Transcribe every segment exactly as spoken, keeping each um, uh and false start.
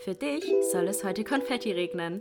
Für dich soll es heute Konfetti regnen.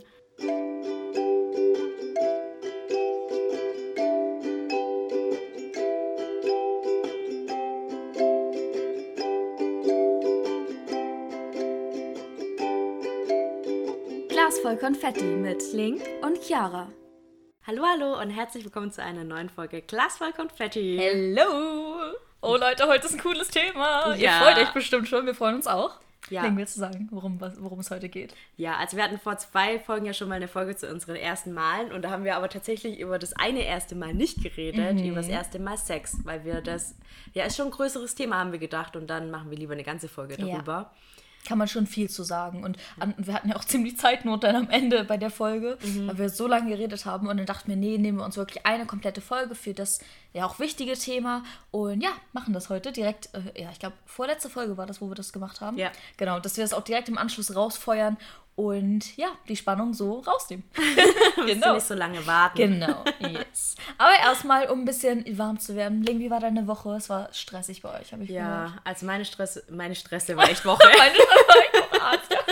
Glas voll Konfetti mit Link und Chiara. Hallo, hallo und herzlich willkommen zu einer neuen Folge Glas voll Konfetti. Hello! Oh Leute, heute ist ein cooles Thema. Ja. Ihr freut euch bestimmt schon, wir freuen uns auch. Ja. Legen wir zu sagen, worum, worum es heute geht. Ja, also wir hatten vor zwei Folgen ja schon mal eine Folge zu unseren ersten Malen und da haben wir aber tatsächlich über das eine erste Mal nicht geredet, Mhm. über das erste Mal Sex, weil wir das, ja, ist schon ein größeres Thema, haben wir gedacht und dann machen wir lieber eine ganze Folge darüber. Ja. Kann man schon viel zu sagen. Und an, wir hatten ja auch ziemlich Zeitnot dann am Ende bei der Folge, mhm. weil wir so lange geredet haben. Und dann dachten wir, nee, nehmen wir uns wirklich eine komplette Folge für das ja auch wichtige Thema. Und ja, machen das heute direkt, äh, ja, ich glaube, vorletzte Folge war das, wo wir das gemacht haben. Ja. Genau, dass wir das auch direkt im Anschluss rausfeuern und ja, die Spannung so rausnehmen. Genau. Nicht so lange warten. Genau, yes. Aber erstmal, um ein bisschen warm zu werden. Ling, wie war deine Woche? Es war stressig bei euch, habe ich Ja, gehört. also meine Stress, meine Stresse war echt Woche. Meine war echt noch Arzt, ja.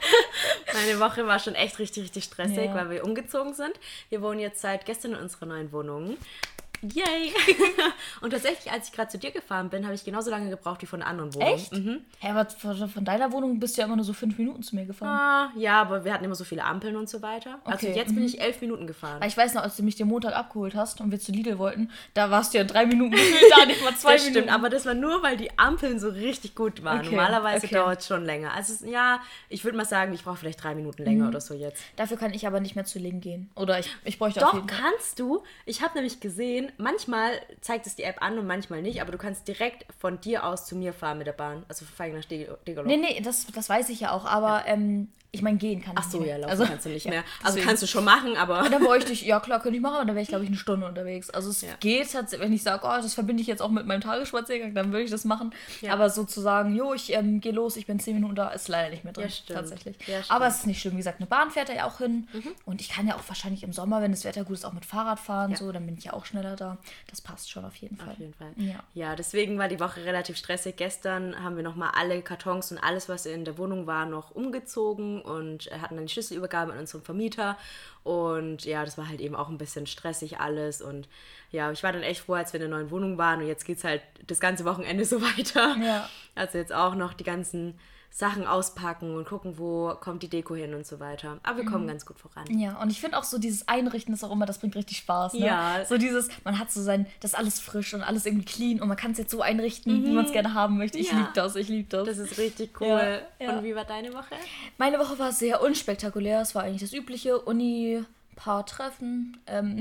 Meine Woche war schon echt richtig, richtig stressig, Ja. weil wir umgezogen sind. Wir wohnen jetzt seit gestern in unserer neuen Wohnung. Yay! Und tatsächlich, als ich gerade zu dir gefahren bin, habe ich genauso lange gebraucht wie von der anderen Wohnung. Echt? Mhm. Hä, aber von von deiner Wohnung bist du ja immer nur so fünf Minuten zu mir gefahren. Ah, ja, aber wir hatten immer so viele Ampeln und so weiter. Also Okay, jetzt bin ich elf Minuten gefahren. Weil ich weiß noch, als du mich den Montag abgeholt hast und wir zu Lidl wollten, da warst du ja drei Minuten gefühlt da, nicht mal zwei das Minuten. stimmt, aber das war nur, weil die Ampeln so richtig gut waren. Okay, Normalerweise okay. dauert es schon länger. Also es- ja, ich würde mal sagen, ich brauche vielleicht drei Minuten länger Mhm. oder so jetzt. Dafür kann ich aber nicht mehr zu Ling gehen. Oder ich, ich bräuchte Doch, auf jeden Fall. kannst du. Ich habe nämlich gesehen, manchmal zeigt es die App an und manchmal nicht, aber du kannst direkt von dir aus zu mir fahren mit der Bahn. Also von Feigen nach Deg- Degerloch. Nee, nee, das, das weiß ich ja auch, aber ähm, ich meine, gehen kann ich Ach so, nicht ja, mehr. laufen kannst du nicht ja, mehr. Also deswegen. kannst du schon machen, aber... Dann bräuchte ich, ja klar, könnte ich machen, aber dann wäre ich, glaube ich, eine Stunde unterwegs. Also es Ja. geht, tatsächlich, wenn ich sage, oh, das verbinde ich jetzt auch mit meinem Tagesspaziergang, dann würde ich das machen. Ja. Aber sozusagen, jo, ich ähm, gehe los, ich bin zehn Minuten da, ist leider nicht mehr drin, Ja, stimmt. tatsächlich. Ja, stimmt. Aber es ist nicht schlimm, wie gesagt, eine Bahn fährt da ja auch hin. Und ich kann ja auch wahrscheinlich im Sommer, wenn das Wetter gut ist, auch mit Fahrrad fahren, Ja. so, dann bin ich ja auch schneller da. Das passt schon auf jeden Fall. Auf jeden Fall. Ja. Ja, deswegen war die Woche relativ stressig. Gestern haben wir nochmal alle Kartons und alles, was in der Wohnung war, noch umgezogen und hatten dann die Schlüsselübergabe an unseren Vermieter. Und ja, das war halt eben auch ein bisschen stressig alles. Und ja, ich war dann echt froh, als wir in der neuen Wohnung waren. Und jetzt geht's halt das ganze Wochenende so weiter. Ja. Also jetzt auch noch die ganzen Sachen auspacken und gucken, wo kommt die Deko hin und so weiter. Aber wir kommen ganz gut voran. Ja, und ich finde auch so dieses Einrichten ist auch immer, das bringt richtig Spaß, ne? Ja. So dieses, man hat so sein, das ist alles frisch und alles irgendwie clean und man kann es jetzt so einrichten, wie man es gerne haben möchte. Ich Ja. liebe das, ich liebe das. Das ist richtig cool. Ja, ja. Und wie war deine Woche? Meine Woche war sehr unspektakulär, es war eigentlich das übliche, Uni, paar Treffen, ähm,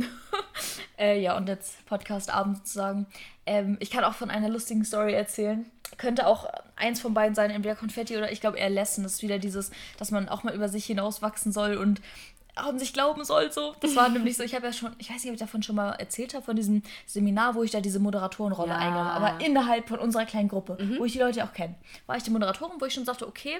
äh, ja, und jetzt Podcast-Abend sozusagen. Ähm, ich kann auch von einer lustigen Story erzählen. Könnte auch eins von beiden sein, entweder Konfetti oder ich glaube eher Lesson. Das ist wieder dieses, dass man auch mal über sich hinauswachsen soll und an sich glauben soll, so. Das war nämlich so, ich habe ja schon, ich weiß nicht, ob ich davon schon mal erzählt habe, von diesem Seminar, wo ich da diese Moderatorenrolle Ja. eingenommen habe, aber innerhalb von unserer kleinen Gruppe, wo ich die Leute auch kenne. War ich die Moderatorin, wo ich schon sagte, okay,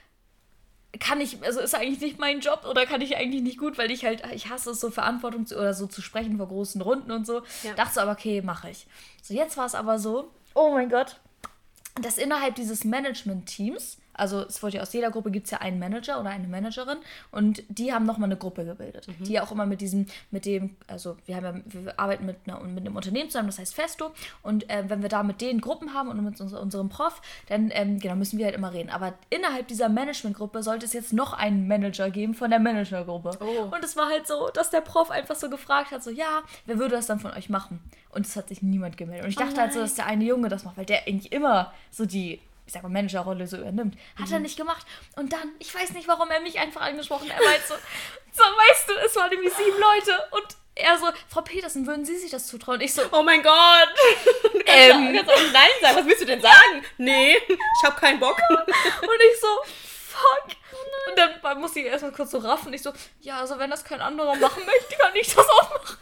kann ich, also ist eigentlich nicht mein Job oder kann ich eigentlich nicht gut, weil ich halt, ich hasse es so, Verantwortung zu, oder so zu sprechen vor großen Runden und so. Ja. Dachte so, aber okay, mache ich. So, jetzt war es aber so, oh mein Gott, dass innerhalb dieses Management-Teams, also es wurde ja aus jeder Gruppe gibt es ja einen Manager oder eine Managerin und die haben nochmal eine Gruppe gebildet, Mhm. die auch immer mit diesem, mit dem, also wir haben ja, wir arbeiten mit, einer, mit einem Unternehmen zusammen, das heißt Festo und äh, wenn wir da mit denen Gruppen haben und mit uns, unserem Prof, dann ähm, genau, müssen wir halt immer reden. Aber innerhalb dieser Management-Gruppe sollte es jetzt noch einen Manager geben von der Manager-Gruppe. Oh. Und es war halt so, dass der Prof einfach so gefragt hat, so ja, wer würde das dann von euch machen? Und es hat sich niemand gemeldet. Und ich dachte halt so, dass der eine Junge das macht, weil der eigentlich immer so die, ich sag mal, Managerrolle so übernimmt. Hat er nicht gemacht. Und dann, ich weiß nicht, warum er mich einfach angesprochen hat. Er meint so, so, weißt du, es waren nämlich sieben Leute. Und er so, Frau Petersen, würden Sie sich das zutrauen? Und ich so, Oh mein Gott! ähm, Kannst du auch Nein sagen? Was willst du denn sagen? Nee, ich hab keinen Bock. und ich so, fuck. Und dann musste ich erstmal kurz so raffen. Ich so, ja, also wenn das kein anderer machen möchte, kann ich das auch machen.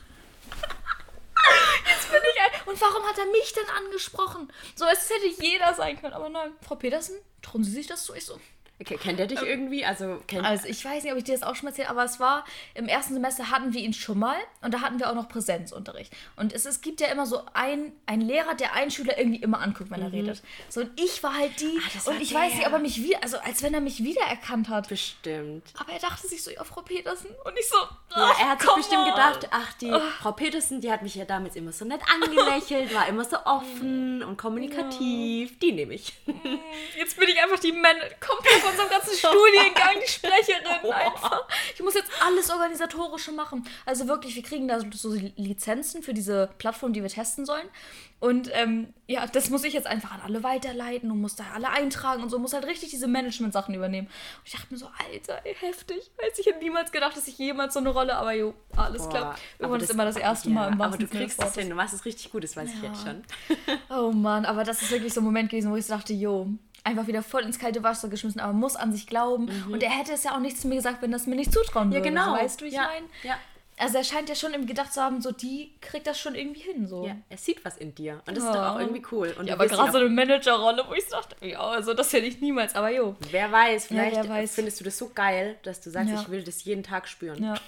Jetzt bin ich ein... Und warum hat er mich denn angesprochen? So, es hätte jeder sein können. Aber nein, Frau Petersen, trauen Sie sich das zu? Ich so, K- kennt er dich irgendwie? Also, kennt Also ich weiß nicht, ob ich dir das auch schon mal erzählt, aber es war, im ersten Semester hatten wir ihn schon mal und da hatten wir auch noch Präsenzunterricht. Und es, es gibt ja immer so ein, ein Lehrer, der einen Schüler irgendwie immer anguckt, wenn er Mhm. redet. So, und ich war halt die, Ah, das war und ich der. weiß nicht, ob er mich wieder, also als wenn er mich wiedererkannt hat. bestimmt. Aber er dachte sich so, ja, Frau Petersen. Und ich so, Ja, ach, er hat sich come bestimmt on. gedacht, ach, die Frau Petersen, die hat mich ja damals immer so nett angelächelt, war immer so offen und kommunikativ. Die nehme ich. Jetzt bin ich einfach die Männer, komplett von unserem ganzen Studiengang, die Sprecherin einfach. Ich muss jetzt alles Organisatorische machen. Also wirklich, wir kriegen da so Lizenzen für diese Plattform, die wir testen sollen. Und ähm, ja, das muss ich jetzt einfach an alle weiterleiten und muss da alle eintragen und so, muss halt richtig diese Management-Sachen übernehmen. Und ich dachte mir so, Alter, ey, heftig. Weiß ich, hätte niemals gedacht, dass ich jemals so eine Rolle, aber jo, alles Boah, klar. aber Irgendwann ist das- immer das erste Mal ja, im aber wahrsten du Sinne des kriegst es Wortes. hin, du machst es richtig gut, das weiß ich Ja. jetzt schon. Oh Mann, aber das ist wirklich so ein Moment gewesen, wo ich so dachte, jo, einfach wieder voll ins kalte Wasser geschmissen, aber muss an sich glauben. Und er hätte es ja auch nicht zu mir gesagt, wenn das mir nicht zutrauen würde. Ja, genau. So, weißt du, wie ich ja. meine? Ja. Also er scheint ja schon im gedacht zu haben, so die kriegt das schon irgendwie hin. So. ja, er sieht was in dir und das Ja. ist doch auch irgendwie cool. Und Ja, du aber wirst ihn gerade so auch- eine Managerrolle, wo ich so dachte, ja, also das hätte ich niemals, aber jo. Wer weiß, vielleicht wer weiß. findest du das so geil, dass du sagst, Ja. ich will das jeden Tag spüren. Ja.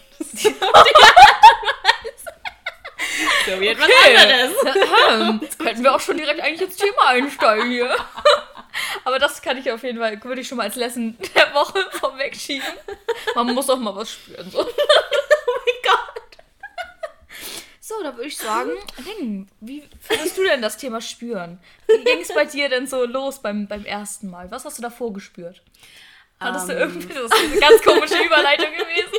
So wie etwas anderes. Jetzt könnten wir auch schon direkt eigentlich ins Thema einsteigen hier. Aber das kann ich auf jeden Fall, würde ich schon mal als Lesson der Woche vorwegschieben. Man muss auch mal was spüren. So. Oh mein Gott. So, da würde ich sagen, Ding, wie findest du denn das Thema Spüren? Wie ging es bei dir denn so los beim, beim ersten Mal? Was hast du davor gespürt? Hattest du Ähm. irgendwie, das ist eine ganz komische Überleitung gewesen.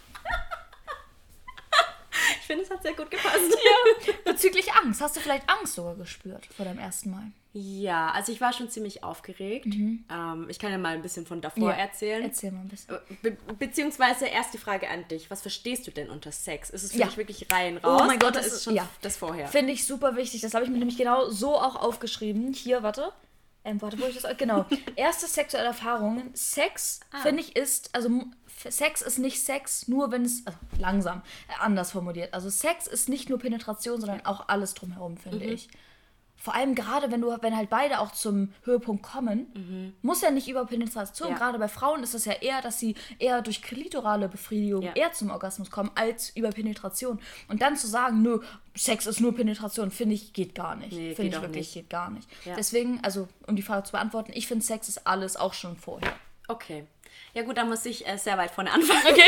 Ich finde, es hat sehr gut gepasst. Ja. Bezüglich Angst, hast du vielleicht Angst sogar gespürt vor deinem ersten Mal? Ja, also ich war schon ziemlich aufgeregt. Ähm, ich kann ja mal ein bisschen von davor Ja. erzählen. Erzähl mal ein bisschen. Be beziehungsweise erst die Frage an dich. Was verstehst du denn unter Sex? Ist es für Ja. dich wirklich rein Oh raus? mein Gott, oder das ist ist- es schon ja. das vorher? Finde ich super wichtig. Das habe ich mir nämlich genau so auch aufgeschrieben. Hier, warte. Ähm, warte, wo ich das... Genau. Erste sexuelle Erfahrungen. Sex, Ah. finde ich, ist... Also m- Sex ist nicht Sex, nur wenn es... Also langsam, äh, anders formuliert. Also Sex ist nicht nur Penetration, sondern auch alles drumherum, finde Mhm. ich. Vor allem gerade, wenn du, wenn halt beide auch zum Höhepunkt kommen, muss ja nicht über Penetration. Mhm. Ja. Gerade bei Frauen ist es ja eher, dass sie eher durch klitorale Befriedigung Ja. eher zum Orgasmus kommen, als über Penetration. Und dann zu sagen, nö, Sex ist nur Penetration, finde ich, geht gar nicht. Nee, finde geht ich auch wirklich, nicht. geht gar nicht. Ja. Deswegen, also, um die Frage zu beantworten, ich finde, Sex ist alles auch schon vorher. Okay. Ja gut, dann muss ich äh, sehr weit vorne anfangen. Okay.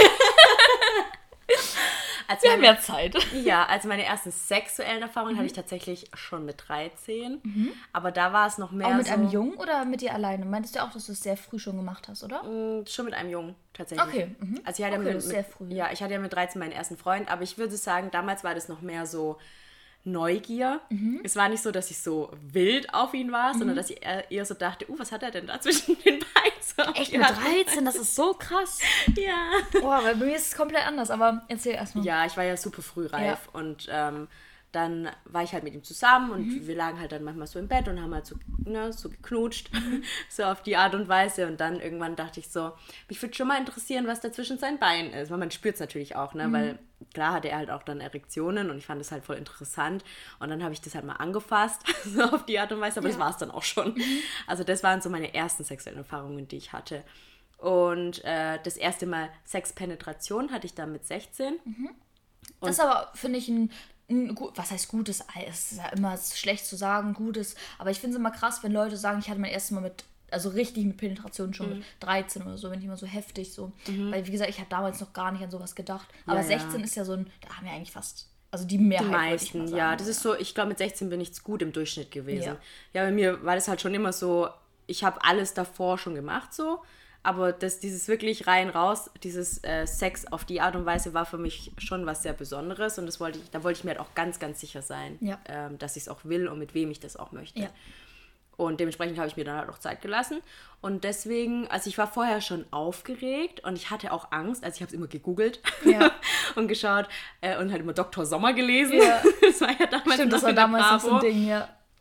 Als Wir haben meine, ja Zeit. ja, also meine ersten sexuellen Erfahrungen hatte ich tatsächlich schon mit dreizehn. Aber da war es noch mehr Auch mit so... einem Jungen oder mit dir alleine? Meintest du auch, dass du es sehr früh schon gemacht hast, oder? Mm, Schon mit einem Jungen, tatsächlich. Okay, mhm. Also ich hatte Okay, ja das mit, ist sehr mit, früh. Ja, ich hatte ja mit dreizehn meinen ersten Freund, aber ich würde sagen, damals war das noch mehr so Neugier. Mhm. Es war nicht so, dass ich so wild auf ihn war, sondern dass ich eher, eher so dachte, uh, was hat er denn da zwischen den Beinen? So auf Echt die mit Art. dreizehn? Das ist so krass. Ja. Boah, weil bei mir ist es komplett anders, aber erzähl erstmal. Ja, ich war ja super früh reif Ja. und ähm, dann war ich halt mit ihm zusammen und Mhm. wir lagen halt dann manchmal so im Bett und haben halt so, ne, so geknutscht, Mhm. so auf die Art und Weise. Und dann irgendwann dachte ich so, mich würde schon mal interessieren, was da zwischen seinen Beinen ist. Weil man spürt es natürlich auch, ne, Mhm. weil klar hatte er halt auch dann Erektionen und ich fand das halt voll interessant. Und dann habe ich das halt mal angefasst, so auf die Art und Weise, aber das war es dann auch schon. Mhm. Also das waren so meine ersten sexuellen Erfahrungen, die ich hatte. Und äh, das erste Mal Sexpenetration hatte ich dann mit sechzehn. Das ist aber, finde ich, ein, ein gut, was heißt gutes Ei? Es ist ja immer schlecht zu sagen, gutes. Aber ich finde es immer krass, wenn Leute sagen, ich hatte mein erstes Mal mit, also richtig mit Penetration schon Mhm. mit dreizehn oder so, wenn nicht immer so heftig so. Weil, wie gesagt, ich habe damals noch gar nicht an sowas gedacht. Aber Ja, ja. sechzehn ist ja so ein, da haben wir eigentlich fast, also die Mehrheit, Die wollte ich meisten, mal sagen. ja. Das ist so, ich glaube, mit sechzehn bin ich gut im Durchschnitt gewesen. Ja. Ja, bei mir war das halt schon immer so, ich habe alles davor schon gemacht so, aber das, dieses wirklich rein raus, dieses äh, Sex auf die Art und Weise war für mich schon was sehr Besonderes und das wollte ich, da wollte ich mir halt auch ganz, ganz sicher sein, Ja. ähm, dass ich es auch will und mit wem ich das auch möchte. Ja. Und dementsprechend habe ich mir dann halt auch Zeit gelassen. Und deswegen, also ich war vorher schon aufgeregt und ich hatte auch Angst. Also ich habe es immer gegoogelt Ja. und geschaut äh, und halt immer Doktor Sommer gelesen. Ja. Das war ja damals Stimmt, noch das war in der damals noch so ein Bravo. Ding, ja.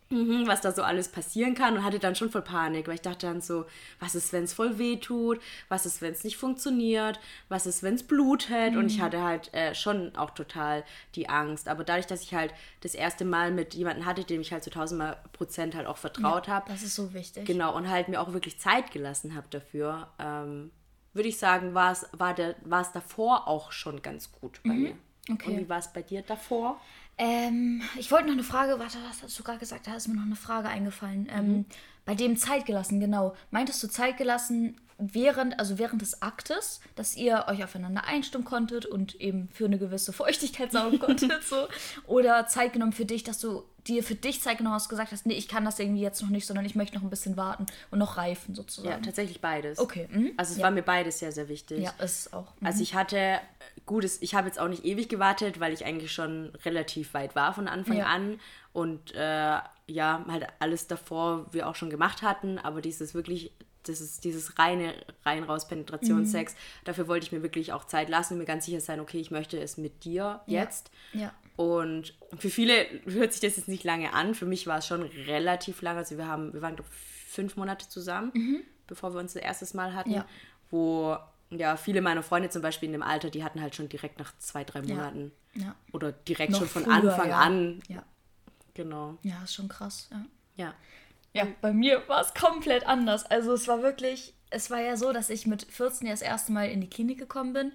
was da so alles passieren kann und hatte dann schon voll Panik, weil ich dachte dann so, was ist, wenn es voll weh tut, was ist, wenn es nicht funktioniert, was ist, wenn es blutet mhm. und ich hatte halt äh, schon auch total die Angst, aber dadurch, dass ich halt das erste Mal mit jemandem hatte, dem ich halt zu tausend Prozent halt auch vertraut ja, habe. Das ist so wichtig. Genau, und halt mir auch wirklich Zeit gelassen habe dafür, ähm, würde ich sagen, war es war der, war es davor auch schon ganz gut bei mhm. mir. Okay. Und wie war es bei dir davor? Ähm, ich wollte noch eine Frage, warte, was hast du gerade gesagt? Da ist mir noch eine Frage eingefallen. Mhm. Ähm, bei dem Zeit gelassen, genau. Meintest du Zeit gelassen während, also während des Aktes, dass ihr euch aufeinander einstimmen konntet und eben für eine gewisse Feuchtigkeit saugen konntet, so? Oder Zeit genommen für dich, dass du dir für dich Zeit genommen hast, gesagt hast, nee, ich kann das irgendwie jetzt noch nicht, sondern ich möchte noch ein bisschen warten und noch reifen sozusagen. Ja, tatsächlich beides. Okay. Mhm. Also es ja. war mir beides sehr, sehr wichtig. Ja, ist auch. Mhm. Also ich hatte, gut, ich habe jetzt auch nicht ewig gewartet, weil ich eigentlich schon relativ weit war von Anfang ja. an und äh, ja, halt alles davor wir auch schon gemacht hatten, aber dieses wirklich, das ist dieses reine, rein raus Penetrationssex, mhm. dafür wollte ich mir wirklich auch Zeit lassen und mir ganz sicher sein, okay, ich möchte es mit dir jetzt. Ja. ja. Und für viele hört sich das jetzt nicht lange an, für mich war es schon relativ lang, also wir haben, wir waren glaube ich fünf Monate zusammen, mhm. bevor wir uns das erstes Mal hatten, ja. wo ja viele meiner Freunde zum Beispiel in dem Alter, die hatten halt schon direkt nach zwei, drei Monaten ja. Ja. oder direkt Noch schon von früher, Anfang ja. an. Ja. Genau. Ja, ist schon krass, ja. Ja. Ja, bei mir war es komplett anders. Also es war wirklich, es war ja so, dass ich mit vierzehn ja das erste Mal in die Klinik gekommen bin.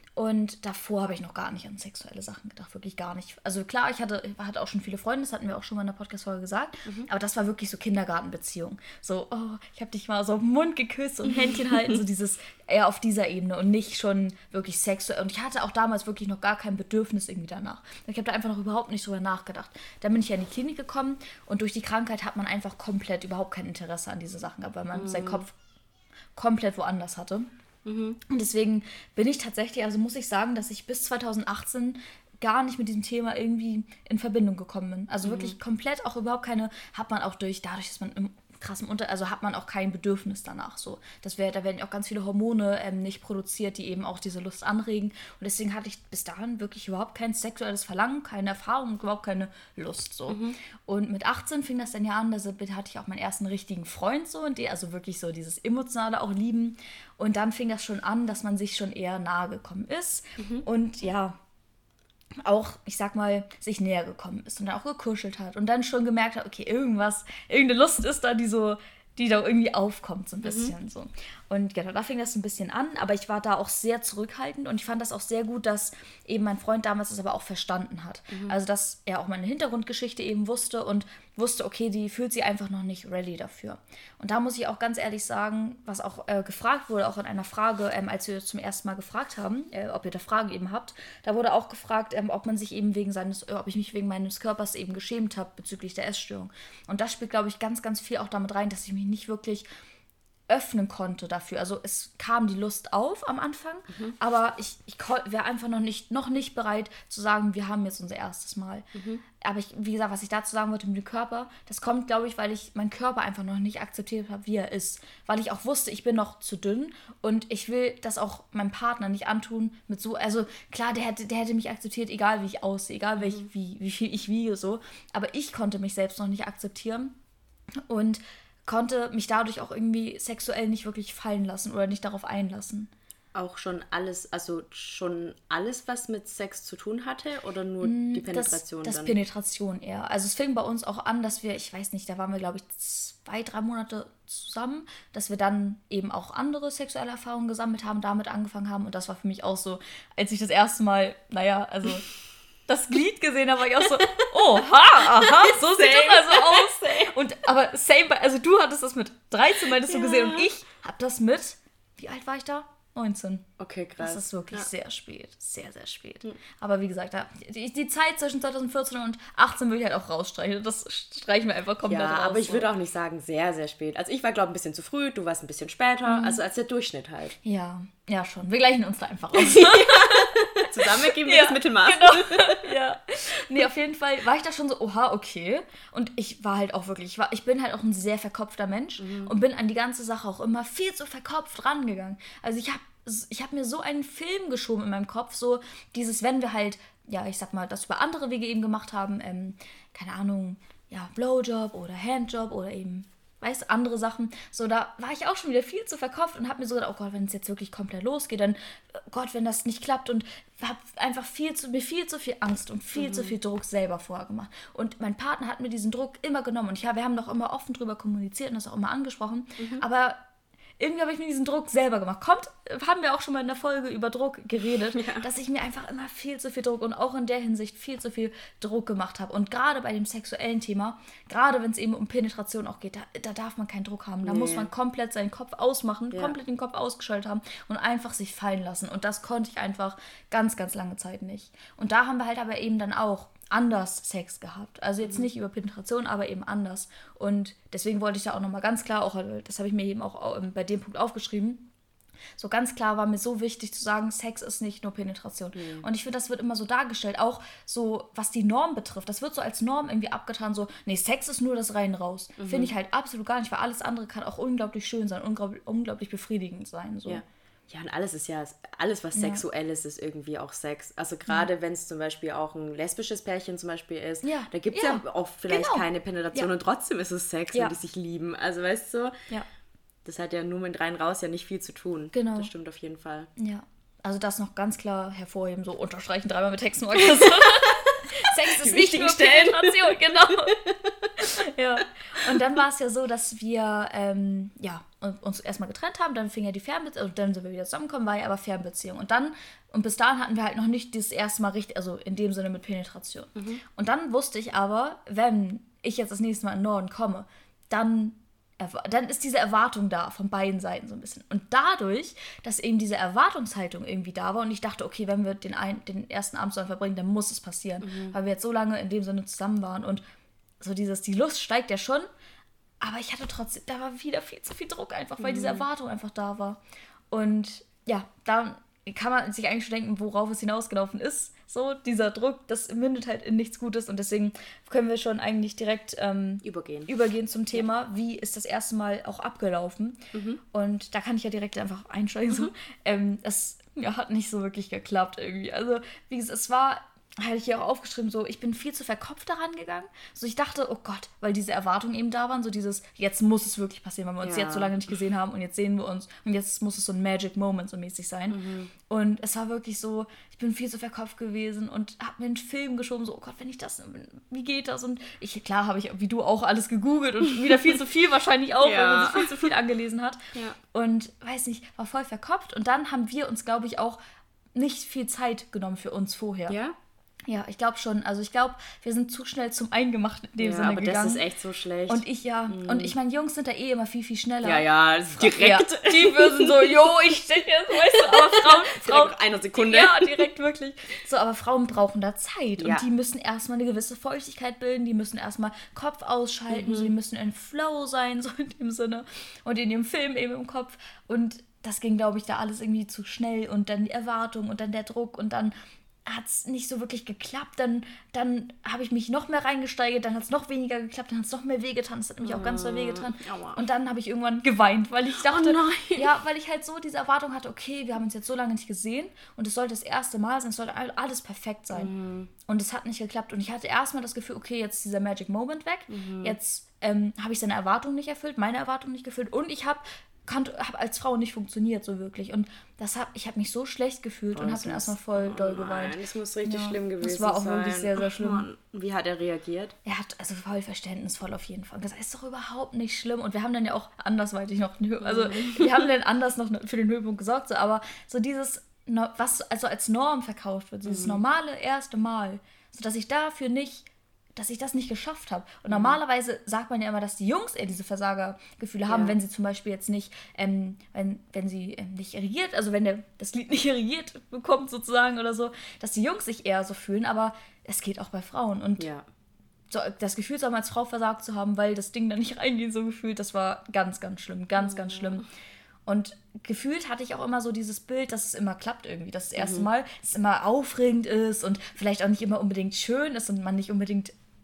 Und davor habe ich noch gar nicht an sexuelle Sachen gedacht, wirklich gar nicht. Also klar, ich hatte, hatte auch schon viele Freunde, das hatten wir auch schon mal in der Podcast-Folge gesagt, mhm. aber das war wirklich so Kindergartenbeziehung. So, oh, ich habe dich mal so auf den Mund geküsst und Händchen halten, so dieses, eher auf dieser Ebene und nicht schon wirklich sexuell. Und ich hatte auch damals wirklich noch gar kein Bedürfnis irgendwie danach. Ich habe da einfach noch überhaupt nicht drüber nachgedacht. Dann bin ich ja in die Klinik gekommen und durch die Krankheit hat man einfach komplett überhaupt kein Interesse an diese Sachen gehabt, weil man mhm. seinen Kopf komplett woanders hatte. Mhm. Und deswegen bin ich tatsächlich, also muss ich sagen, dass ich bis zwanzig achtzehn gar nicht mit diesem Thema irgendwie in Verbindung gekommen bin. Also mhm. wirklich komplett auch überhaupt keine, hat man auch durch, dadurch, dass man im krassen Unter, also hat man auch kein Bedürfnis danach. So. Das wär, da werden auch ganz viele Hormone ähm, nicht produziert, die eben auch diese Lust anregen. Und deswegen hatte ich bis dahin wirklich überhaupt kein sexuelles Verlangen, keine Erfahrung, überhaupt keine Lust. So. Mhm. Und mit achtzehn fing das dann ja an, da hatte ich auch meinen ersten richtigen Freund so, und die, also wirklich so dieses emotionale auch Lieben. Und dann fing das schon an, dass man sich schon eher nahe gekommen ist. Mhm. Und ja, auch, ich sag mal, sich näher gekommen ist und dann auch gekuschelt hat und dann schon gemerkt hat, okay, irgendwas, irgendeine Lust ist da, die so, die da irgendwie aufkommt so ein bisschen mhm. so. Und genau, da fing das so ein bisschen an, aber ich war da auch sehr zurückhaltend und ich fand das auch sehr gut, dass eben mein Freund damals das aber auch verstanden hat. Mhm. Also, dass er auch meine Hintergrundgeschichte eben wusste und wusste, okay, die fühlt sich einfach noch nicht ready dafür. Und da muss ich auch ganz ehrlich sagen, was auch äh, gefragt wurde, auch in einer Frage, ähm, als wir zum ersten Mal gefragt haben, äh, ob ihr da Fragen eben habt, da wurde auch gefragt, ähm, ob man sich eben wegen seines, äh, ob ich mich wegen meines Körpers eben geschämt habe bezüglich der Essstörung. Und das spielt, glaube ich, ganz, ganz viel auch damit rein, dass ich mich nicht wirklich öffnen konnte dafür. Also es kam die Lust auf am Anfang, mhm. aber ich, ich wäre einfach noch nicht, noch nicht bereit zu sagen, wir haben jetzt unser erstes Mal. Mhm. Aber ich, wie gesagt, was ich dazu sagen wollte mit dem Körper, das kommt, glaube ich, weil ich meinen Körper einfach noch nicht akzeptiert habe, wie er ist. Weil ich auch wusste, ich bin noch zu dünn und ich will das auch meinem Partner nicht antun mit so, also klar, der hätte, der hätte mich akzeptiert, egal wie ich aussehe, egal welch, mhm. wie, wie viel ich wiege, so. Aber ich konnte mich selbst noch nicht akzeptieren und konnte mich dadurch auch irgendwie sexuell nicht wirklich fallen lassen oder nicht darauf einlassen. Auch schon alles, also schon alles, was mit Sex zu tun hatte oder nur die Penetration das, das dann? Das Penetration eher. Also es fing bei uns auch an, dass wir, ich weiß nicht, da waren wir glaube ich zwei, drei Monate zusammen, dass wir dann eben auch andere sexuelle Erfahrungen gesammelt haben, damit angefangen haben und das war für mich auch so, als ich das erste Mal, naja, also das Glied gesehen habe, war ich auch so, oha, aha, so sieht das also aus. Same. Und, aber same, also du hattest das mit dreizehn, meintest ja. du gesehen und ich habe das mit, wie alt war ich da? neunzehn. Okay, krass. Das ist wirklich ja. sehr spät, sehr, sehr spät. Mhm. Aber wie gesagt, die, die Zeit zwischen zwanzig vierzehn und achtzehn würde ich halt auch rausstreichen. Das streichen wir einfach komplett ja, raus. Ja, aber ich so. würde auch nicht sagen sehr, sehr spät. Also ich war, glaube ich, ein bisschen zu früh, du warst ein bisschen später, mhm. also als der Durchschnitt halt. Ja, ja schon. Wir gleichen uns da einfach aus. Zusammen geben wir ja, das Mittelmaß. Genau. Ja. Nee, auf jeden Fall war ich da schon so, oha, okay. Und ich war halt auch wirklich, ich, war, ich bin halt auch ein sehr verkopfter Mensch mhm. und bin an die ganze Sache auch immer viel zu verkopft rangegangen. Also ich habe ich habe mir so einen Film geschoben in meinem Kopf, so dieses, wenn wir halt, ja, ich sag mal, das über andere Wege eben gemacht haben, ähm, keine Ahnung, ja, Blowjob oder Handjob oder eben, weißt du, andere Sachen. So, da war ich auch schon wieder viel zu verkopft und habe mir so gedacht, oh Gott, wenn es jetzt wirklich komplett losgeht, dann, oh Gott, wenn das nicht klappt, und habe einfach viel zu, mir viel zu viel Angst und viel mhm. zu viel Druck selber vorher gemacht. Und mein Partner hat mir diesen Druck immer genommen und ja, wir haben doch immer offen drüber kommuniziert und das auch immer angesprochen, mhm. aber irgendwie habe ich mir diesen Druck selber gemacht. Kommt, haben wir auch schon mal in der Folge über Druck geredet, ja. dass ich mir einfach immer viel zu viel Druck und auch in der Hinsicht viel zu viel Druck gemacht habe. Und gerade bei dem sexuellen Thema, gerade wenn es eben um Penetration auch geht, da, da darf man keinen Druck haben. Da nee. muss man komplett seinen Kopf ausmachen, ja. komplett den Kopf ausgeschaltet haben und einfach sich fallen lassen. Und das konnte ich einfach ganz, ganz lange Zeit nicht. Und da haben wir halt aber eben dann auch anders Sex gehabt. Also jetzt nicht über Penetration, aber eben anders. Und deswegen wollte ich da auch nochmal ganz klar, auch das habe ich mir eben auch bei dem Punkt aufgeschrieben, so ganz klar war mir so wichtig zu sagen, Sex ist nicht nur Penetration. Mhm. Und ich finde, das wird immer so dargestellt, auch so, was die Norm betrifft. Das wird so als Norm irgendwie abgetan, so, nee, Sex ist nur das rein raus. Mhm. Finde ich halt absolut gar nicht, weil alles andere kann auch unglaublich schön sein, unglaublich, unglaublich befriedigend sein. So. Ja. Ja, und alles ist ja, alles was sexuell ist, ist irgendwie auch Sex. Also gerade ja. wenn es zum Beispiel auch ein lesbisches Pärchen zum Beispiel ist, ja. da gibt es ja. ja auch vielleicht genau. keine Penetration ja. und trotzdem ist es Sex, ja. wenn die sich lieben. Also weißt du, ja. das hat ja nur mit rein raus ja nicht viel zu tun. Genau. Das stimmt auf jeden Fall. Ja, also das noch ganz klar hervorheben, so unterstreichen, dreimal mit Textmarker. Sex ist nicht nur Penetration, genau. Ja. Und dann war es ja so, dass wir ähm, ja, uns erstmal getrennt haben, dann fing ja die Fernbeziehung, und dann sind wir wieder zusammengekommen, war ja aber Fernbeziehung. Und dann, und bis dahin hatten wir halt noch nicht das erste Mal richtig, also in dem Sinne mit Penetration. Mhm. Und dann wusste ich aber, wenn ich jetzt das nächste Mal in den Norden komme, dann, dann ist diese Erwartung da von beiden Seiten so ein bisschen. Und dadurch, dass eben diese Erwartungshaltung irgendwie da war und ich dachte, okay, wenn wir den, ein, den ersten Abend zusammen verbringen, dann muss es passieren. Mhm. Weil wir jetzt so lange in dem Sinne zusammen waren und so dieses, die Lust steigt ja schon, aber ich hatte trotzdem, da war wieder viel zu viel Druck einfach, weil mhm. diese Erwartung einfach da war. Und ja, da kann man sich eigentlich schon denken, worauf es hinausgelaufen ist. So, dieser Druck, das mündet halt in nichts Gutes und deswegen können wir schon eigentlich direkt ähm, übergehen. übergehen zum Thema, ja. wie ist das erste Mal auch abgelaufen. Mhm. Und da kann ich ja direkt einfach einsteigen. Mhm. So. Ähm, das ja, hat nicht so wirklich geklappt irgendwie. Also, wie gesagt, es war... hatte ich hier auch aufgeschrieben, so, ich bin viel zu verkopft daran gegangen. So, ich dachte, oh Gott, weil diese Erwartungen eben da waren, so dieses, jetzt muss es wirklich passieren, weil wir uns ja. jetzt so lange nicht gesehen haben und jetzt sehen wir uns und jetzt muss es so ein Magic Moment so mäßig sein. Mhm. Und es war wirklich so, ich bin viel zu verkopft gewesen und habe mir einen Film geschoben, so, oh Gott, wenn ich das, wie geht das? Und ich, klar, habe ich, wie du auch, alles gegoogelt und wieder viel zu viel wahrscheinlich auch, ja. weil man sich viel zu viel angelesen hat. Ja. Und, weiß nicht, war voll verkopft und dann haben wir uns, glaube ich, auch nicht viel Zeit genommen für uns vorher. Ja? Ja, ich glaube schon. Also ich glaube, wir sind zu schnell zum Eingemachten in dem ja, Sinne aber gegangen. Das ist echt so schlecht. Und ich, ja. Mm. Und ich meine, Jungs sind da eh immer viel, viel schneller. Ja, ja, direkt. Ja, die würden so, jo, ich stehe jetzt, weißt du, aber Frauen... Frauen direkt einer Sekunde. Ja, direkt, wirklich. So, aber Frauen brauchen da Zeit. Ja. Und die müssen erstmal eine gewisse Feuchtigkeit bilden, die müssen erstmal Kopf ausschalten, mhm. so, die müssen in Flow sein, so in dem Sinne. Und in dem Film eben im Kopf. Und das ging, glaube ich, da alles irgendwie zu schnell. Und dann die Erwartung und dann der Druck und dann... hat es nicht so wirklich geklappt, dann, dann habe ich mich noch mehr reingesteigert, dann hat es noch weniger geklappt, dann hat es noch mehr wehgetan, es hat nämlich auch ganz doll wehgetan. Und dann habe ich irgendwann geweint, weil ich dachte, oh ja, weil ich halt so diese Erwartung hatte, okay, wir haben uns jetzt so lange nicht gesehen und es sollte das erste Mal sein, es sollte alles perfekt sein. Mhm. Und es hat nicht geklappt und ich hatte erstmal das Gefühl, okay, jetzt ist dieser Magic Moment weg, mhm. jetzt ähm, habe ich seine Erwartungen nicht erfüllt, meine Erwartungen nicht erfüllt und ich habe habe als Frau nicht funktioniert so wirklich und das hab, ich habe mich so schlecht gefühlt oh, und habe dann erstmal voll oh, doll geweint. Nein, das muss richtig ja, schlimm gewesen sein. Das war auch sein. wirklich sehr, sehr schlimm. Mann. Wie hat er reagiert? Er hat also voll verständnisvoll auf jeden Fall. Das ist doch überhaupt nicht schlimm und wir haben dann ja auch andersweitig noch, also wir haben dann anders noch für den Höhepunkt gesorgt, so, aber so dieses, was also als Norm verkauft wird, dieses mhm. normale erste Mal, so dass ich dafür nicht dass ich das nicht geschafft habe. Und normalerweise sagt man ja immer, dass die Jungs eher diese Versagergefühle haben, ja. wenn sie zum Beispiel jetzt nicht, ähm, wenn, wenn sie ähm, nicht irrigiert, also wenn der, das Lied nicht irrigiert bekommt sozusagen oder so, dass die Jungs sich eher so fühlen, aber es geht auch bei Frauen. Und ja. so, das Gefühl, so als Frau versagt zu haben, weil das Ding da nicht reingeht, so gefühlt, das war ganz, ganz schlimm, ganz, mhm. ganz schlimm. Und gefühlt hatte ich auch immer so dieses Bild, dass es immer klappt irgendwie, dass das erste mhm. Mal es immer aufregend ist und vielleicht auch nicht immer unbedingt schön ist und man nicht unbedingt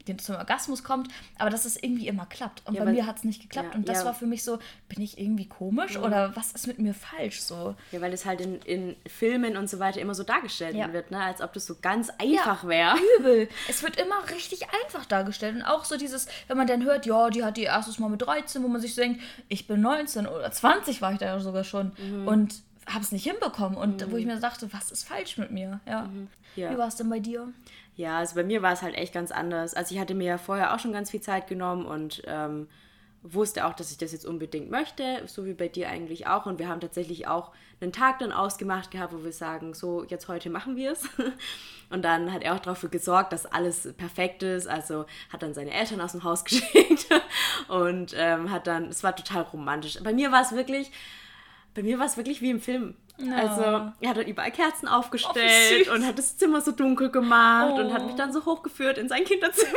den, zum Orgasmus kommt, aber dass es irgendwie immer klappt. Und ja, bei weil, mir hat es nicht geklappt. Ja, und das ja. war für mich so, bin ich irgendwie komisch mhm. oder was ist mit mir falsch? So. Ja, weil es halt in, in Filmen und so weiter immer so dargestellt ja. wird, ne? Als ob das so ganz einfach ja, wäre. Übel. Es wird immer richtig einfach dargestellt. Und auch so dieses, wenn man dann hört, ja, die hat die erstes Mal mit dreizehn, wo man sich so denkt, ich bin neunzehn oder zwanzig war ich da ja sogar schon. Mhm. Und habe es nicht hinbekommen. Und mhm. wo ich mir dachte, was ist falsch mit mir? Ja. Mhm. ja. Wie war es denn bei dir? Ja, also bei mir war es halt echt ganz anders. Also ich hatte mir ja vorher auch schon ganz viel Zeit genommen und ähm, wusste auch, dass ich das jetzt unbedingt möchte, so wie bei dir eigentlich auch. Und wir haben tatsächlich auch einen Tag dann ausgemacht gehabt, wo wir sagen, so, jetzt heute machen wir es. Und dann hat er auch dafür gesorgt, dass alles perfekt ist. Also hat dann seine Eltern aus dem Haus geschickt und ähm, hat dann, es war total romantisch. Bei mir war es wirklich, bei mir war es wirklich wie im Film. No. Also er hat dann überall Kerzen aufgestellt oh, und hat das Zimmer so dunkel gemacht oh. und hat mich dann so hochgeführt in sein Kinderzimmer.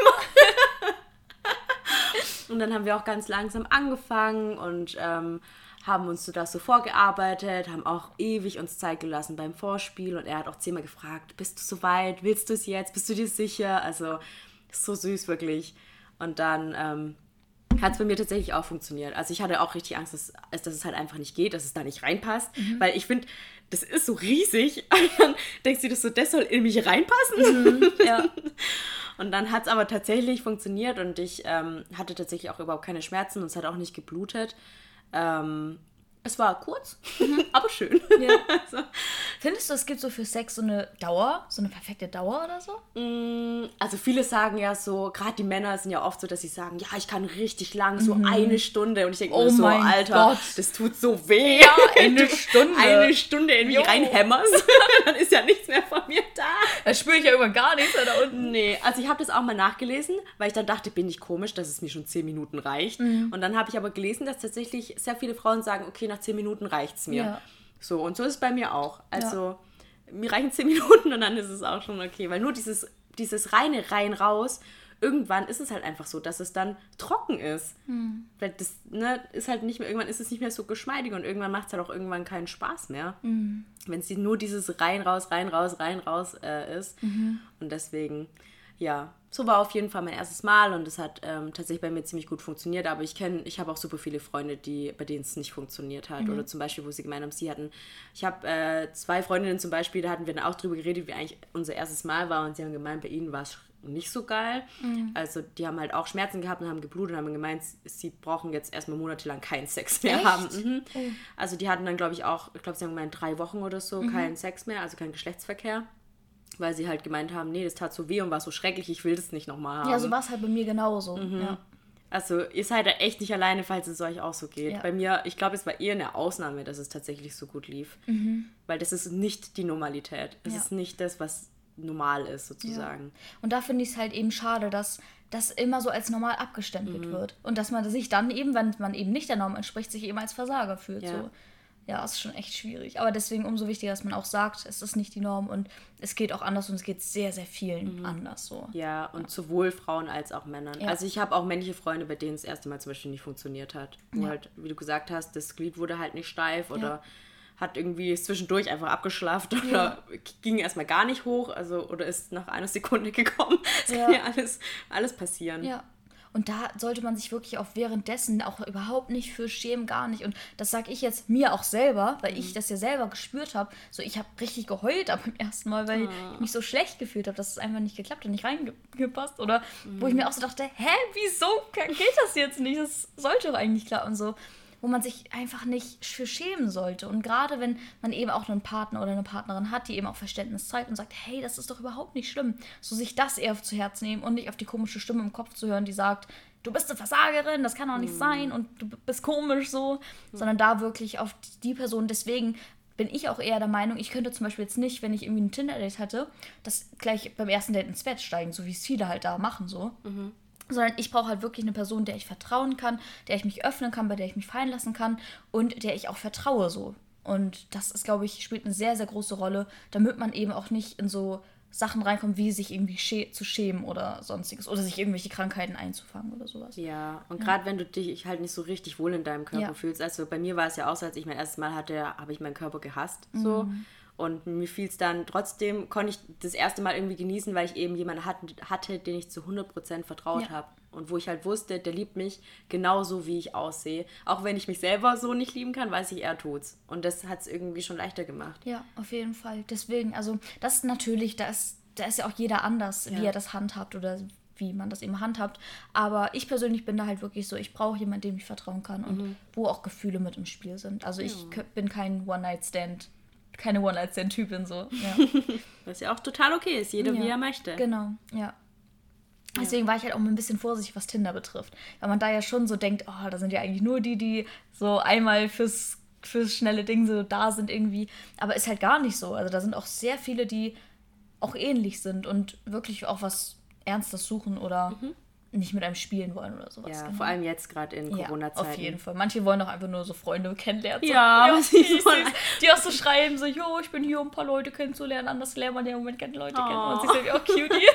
Und dann haben wir auch ganz langsam angefangen und ähm, haben uns so das so vorgearbeitet, haben auch ewig uns Zeit gelassen beim Vorspiel und er hat auch zehnmal gefragt, bist du soweit, willst du es jetzt, bist du dir sicher? Also ist so süß wirklich. Und dann ähm, hat es bei mir tatsächlich auch funktioniert. Also ich hatte auch richtig Angst, dass, dass es halt einfach nicht geht, dass es da nicht reinpasst, mhm. weil ich finde, das ist so riesig. Und dann denkst du, das, so, das soll in mich reinpassen? Mhm, ja. Und dann hat es aber tatsächlich funktioniert und ich ähm, hatte tatsächlich auch überhaupt keine Schmerzen und es hat auch nicht geblutet. Ähm, es war kurz, mhm. aber schön. Ja. Also. Findest du, es gibt so für Sex so eine Dauer, so eine perfekte Dauer oder so? Also viele sagen ja so, gerade die Männer sind ja oft so, dass sie sagen, ja, ich kann richtig lang, so mhm. eine Stunde. Und ich denke oh mir so, mein Alter, Gott. das tut so weh. Ja, eine Stunde. Eine Stunde in mich reinhämmerst, dann ist ja nichts mehr von mir da. Da spüre ich ja immer gar nichts da unten. Nee, also ich habe das auch mal nachgelesen, weil ich dann dachte, bin ich komisch, dass es mir schon zehn Minuten reicht. Mhm. Und dann habe ich aber gelesen, dass tatsächlich sehr viele Frauen sagen, okay, nach zehn Minuten reicht's mir. Ja. So, und so ist es bei mir auch. Also, ja. mir reichen zehn Minuten und dann ist es auch schon okay. Weil nur dieses, dieses reine rein raus, irgendwann ist es halt einfach so, dass es dann trocken ist. Hm. Weil das ne, ist halt nicht mehr, irgendwann ist es nicht mehr so geschmeidig und irgendwann macht es halt auch irgendwann keinen Spaß mehr. Hm. Wenn es nur dieses rein raus, rein raus, rein raus äh, ist. Mhm. Und deswegen, ja, so war auf jeden Fall mein erstes Mal und es hat ähm, tatsächlich bei mir ziemlich gut funktioniert, aber ich kenne, ich habe auch super viele Freunde, die, bei denen es nicht funktioniert hat. Mhm. Oder zum Beispiel, wo sie gemeint haben, sie hatten, ich habe äh, zwei Freundinnen zum Beispiel, da hatten wir dann auch drüber geredet, wie eigentlich unser erstes Mal war und sie haben gemeint, bei ihnen war es nicht so geil. Mhm. Also die haben halt auch Schmerzen gehabt und haben geblutet und haben gemeint, sie brauchen jetzt erstmal monatelang keinen Sex mehr Echt? haben. Mhm. Oh. Also die hatten dann, glaube ich, auch, ich glaube, sie haben gemeint, drei Wochen oder so mhm. keinen Sex mehr, also keinen Geschlechtsverkehr. Weil sie halt gemeint haben, nee, das tat so weh und war so schrecklich, ich will das nicht nochmal haben. Ja, so war es halt bei mir genauso. Mhm. Ja. Also ihr seid da echt nicht alleine, falls es euch auch so geht. Ja. Bei mir, ich glaube, es war eher eine Ausnahme, dass es tatsächlich so gut lief. Mhm. Weil das ist nicht die Normalität. Es ja. ist nicht das, was normal ist, sozusagen. Ja. Und da finde ich es halt eben schade, dass das immer so als normal abgestempelt mhm. wird. Und dass man sich dann eben, wenn man eben nicht der Norm entspricht, sich eben als Versager fühlt. Ja. So. Ja, ist schon echt schwierig. Aber deswegen umso wichtiger, dass man auch sagt, es ist nicht die Norm und es geht auch anders und es geht sehr, sehr vielen mhm. anders. So. Ja, und ja. sowohl Frauen als auch Männern. Ja. Also ich habe auch männliche Freunde, bei denen es das erste Mal zum Beispiel nicht funktioniert hat. Wo ja. halt, wie du gesagt hast, das Glied wurde halt nicht steif oder ja. hat irgendwie zwischendurch einfach abgeschlafft oder ja. ging erstmal gar nicht hoch, also oder ist nach einer Sekunde gekommen. Das ja. kann ja alles, alles passieren. Ja. Und da sollte man sich wirklich auch währenddessen auch überhaupt nicht für schämen, gar nicht. Und das sage ich jetzt mir auch selber, weil mhm. ich das ja selber gespürt habe. So, ich habe richtig geheult ab dem ersten Mal, weil ah. ich mich so schlecht gefühlt habe, dass es einfach nicht geklappt und nicht reingepasst. Oder mhm. wo ich mir auch so dachte, hä, wieso geht das jetzt nicht? Das sollte doch eigentlich klappen. So, wo man sich einfach nicht für schämen sollte. Und gerade wenn man eben auch einen Partner oder eine Partnerin hat, die eben auch Verständnis zeigt und sagt, hey, das ist doch überhaupt nicht schlimm. So sich das eher zu Herzen nehmen und nicht auf die komische Stimme im Kopf zu hören, die sagt, du bist eine Versagerin, das kann doch nicht mhm. sein und du bist komisch so. Mhm. Sondern da wirklich auf die Person, deswegen bin ich auch eher der Meinung, ich könnte zum Beispiel jetzt nicht, wenn ich irgendwie ein Tinder-Date hatte, das gleich beim ersten Date ins Bett steigen, so wie es viele halt da machen so. Mhm. Sondern ich brauche halt wirklich eine Person, der ich vertrauen kann, der ich mich öffnen kann, bei der ich mich fallen lassen kann und der ich auch vertraue so. Und das ist, glaube ich, spielt eine sehr, sehr große Rolle, damit man eben auch nicht in so Sachen reinkommt, wie sich irgendwie schä- zu schämen oder sonstiges oder sich irgendwelche Krankheiten einzufangen oder sowas. Ja, und ja. gerade wenn du dich halt nicht so richtig wohl in deinem Körper ja. fühlst, also bei mir war es ja auch so, als ich mein erstes Mal hatte, habe ich meinen Körper gehasst, so. Mhm. Und mir fiel es dann trotzdem, konnte ich das erste Mal irgendwie genießen, weil ich eben jemanden hat, hatte, den ich zu hundert Prozent vertraut Ja. habe. Und wo ich halt wusste, der liebt mich genauso, wie ich aussehe. Auch wenn ich mich selber so nicht lieben kann, weiß ich, er tut's. Und das hat es irgendwie schon leichter gemacht. Ja, auf jeden Fall. Deswegen, also das ist natürlich, da ist, da ist ja auch jeder anders, Ja. wie er das handhabt oder wie man das eben handhabt. Aber ich persönlich bin da halt wirklich so, ich brauche jemanden, dem ich vertrauen kann und Mhm. wo auch Gefühle mit im Spiel sind. Also ich kö- bin kein One-Night-Stand, keine One-Night-Stand-Typin so. Ja. Was ja auch total okay ist, jeder Ja, wie er möchte. Genau, ja. Deswegen war ich halt auch ein bisschen vorsichtig, was Tinder betrifft. Weil man da ja schon so denkt, oh, da sind ja eigentlich nur die, die so einmal fürs, fürs schnelle Ding so da sind irgendwie. Aber ist halt gar nicht so. Also da sind auch sehr viele, die auch ähnlich sind und wirklich auch was Ernstes suchen oder nicht mit einem spielen wollen oder sowas. Ja, genau. vor allem jetzt gerade in Ja, Corona-Zeiten. auf jeden Fall. Manche wollen doch einfach nur so Freunde kennenlernen. So, Ja, aber sie süß, wollen- süß. Die auch so schreiben, so, jo, ich bin hier, um ein paar Leute kennenzulernen. Anders lernt man ja im Moment keine Leute kennen. Und sie sind ja auch cutie.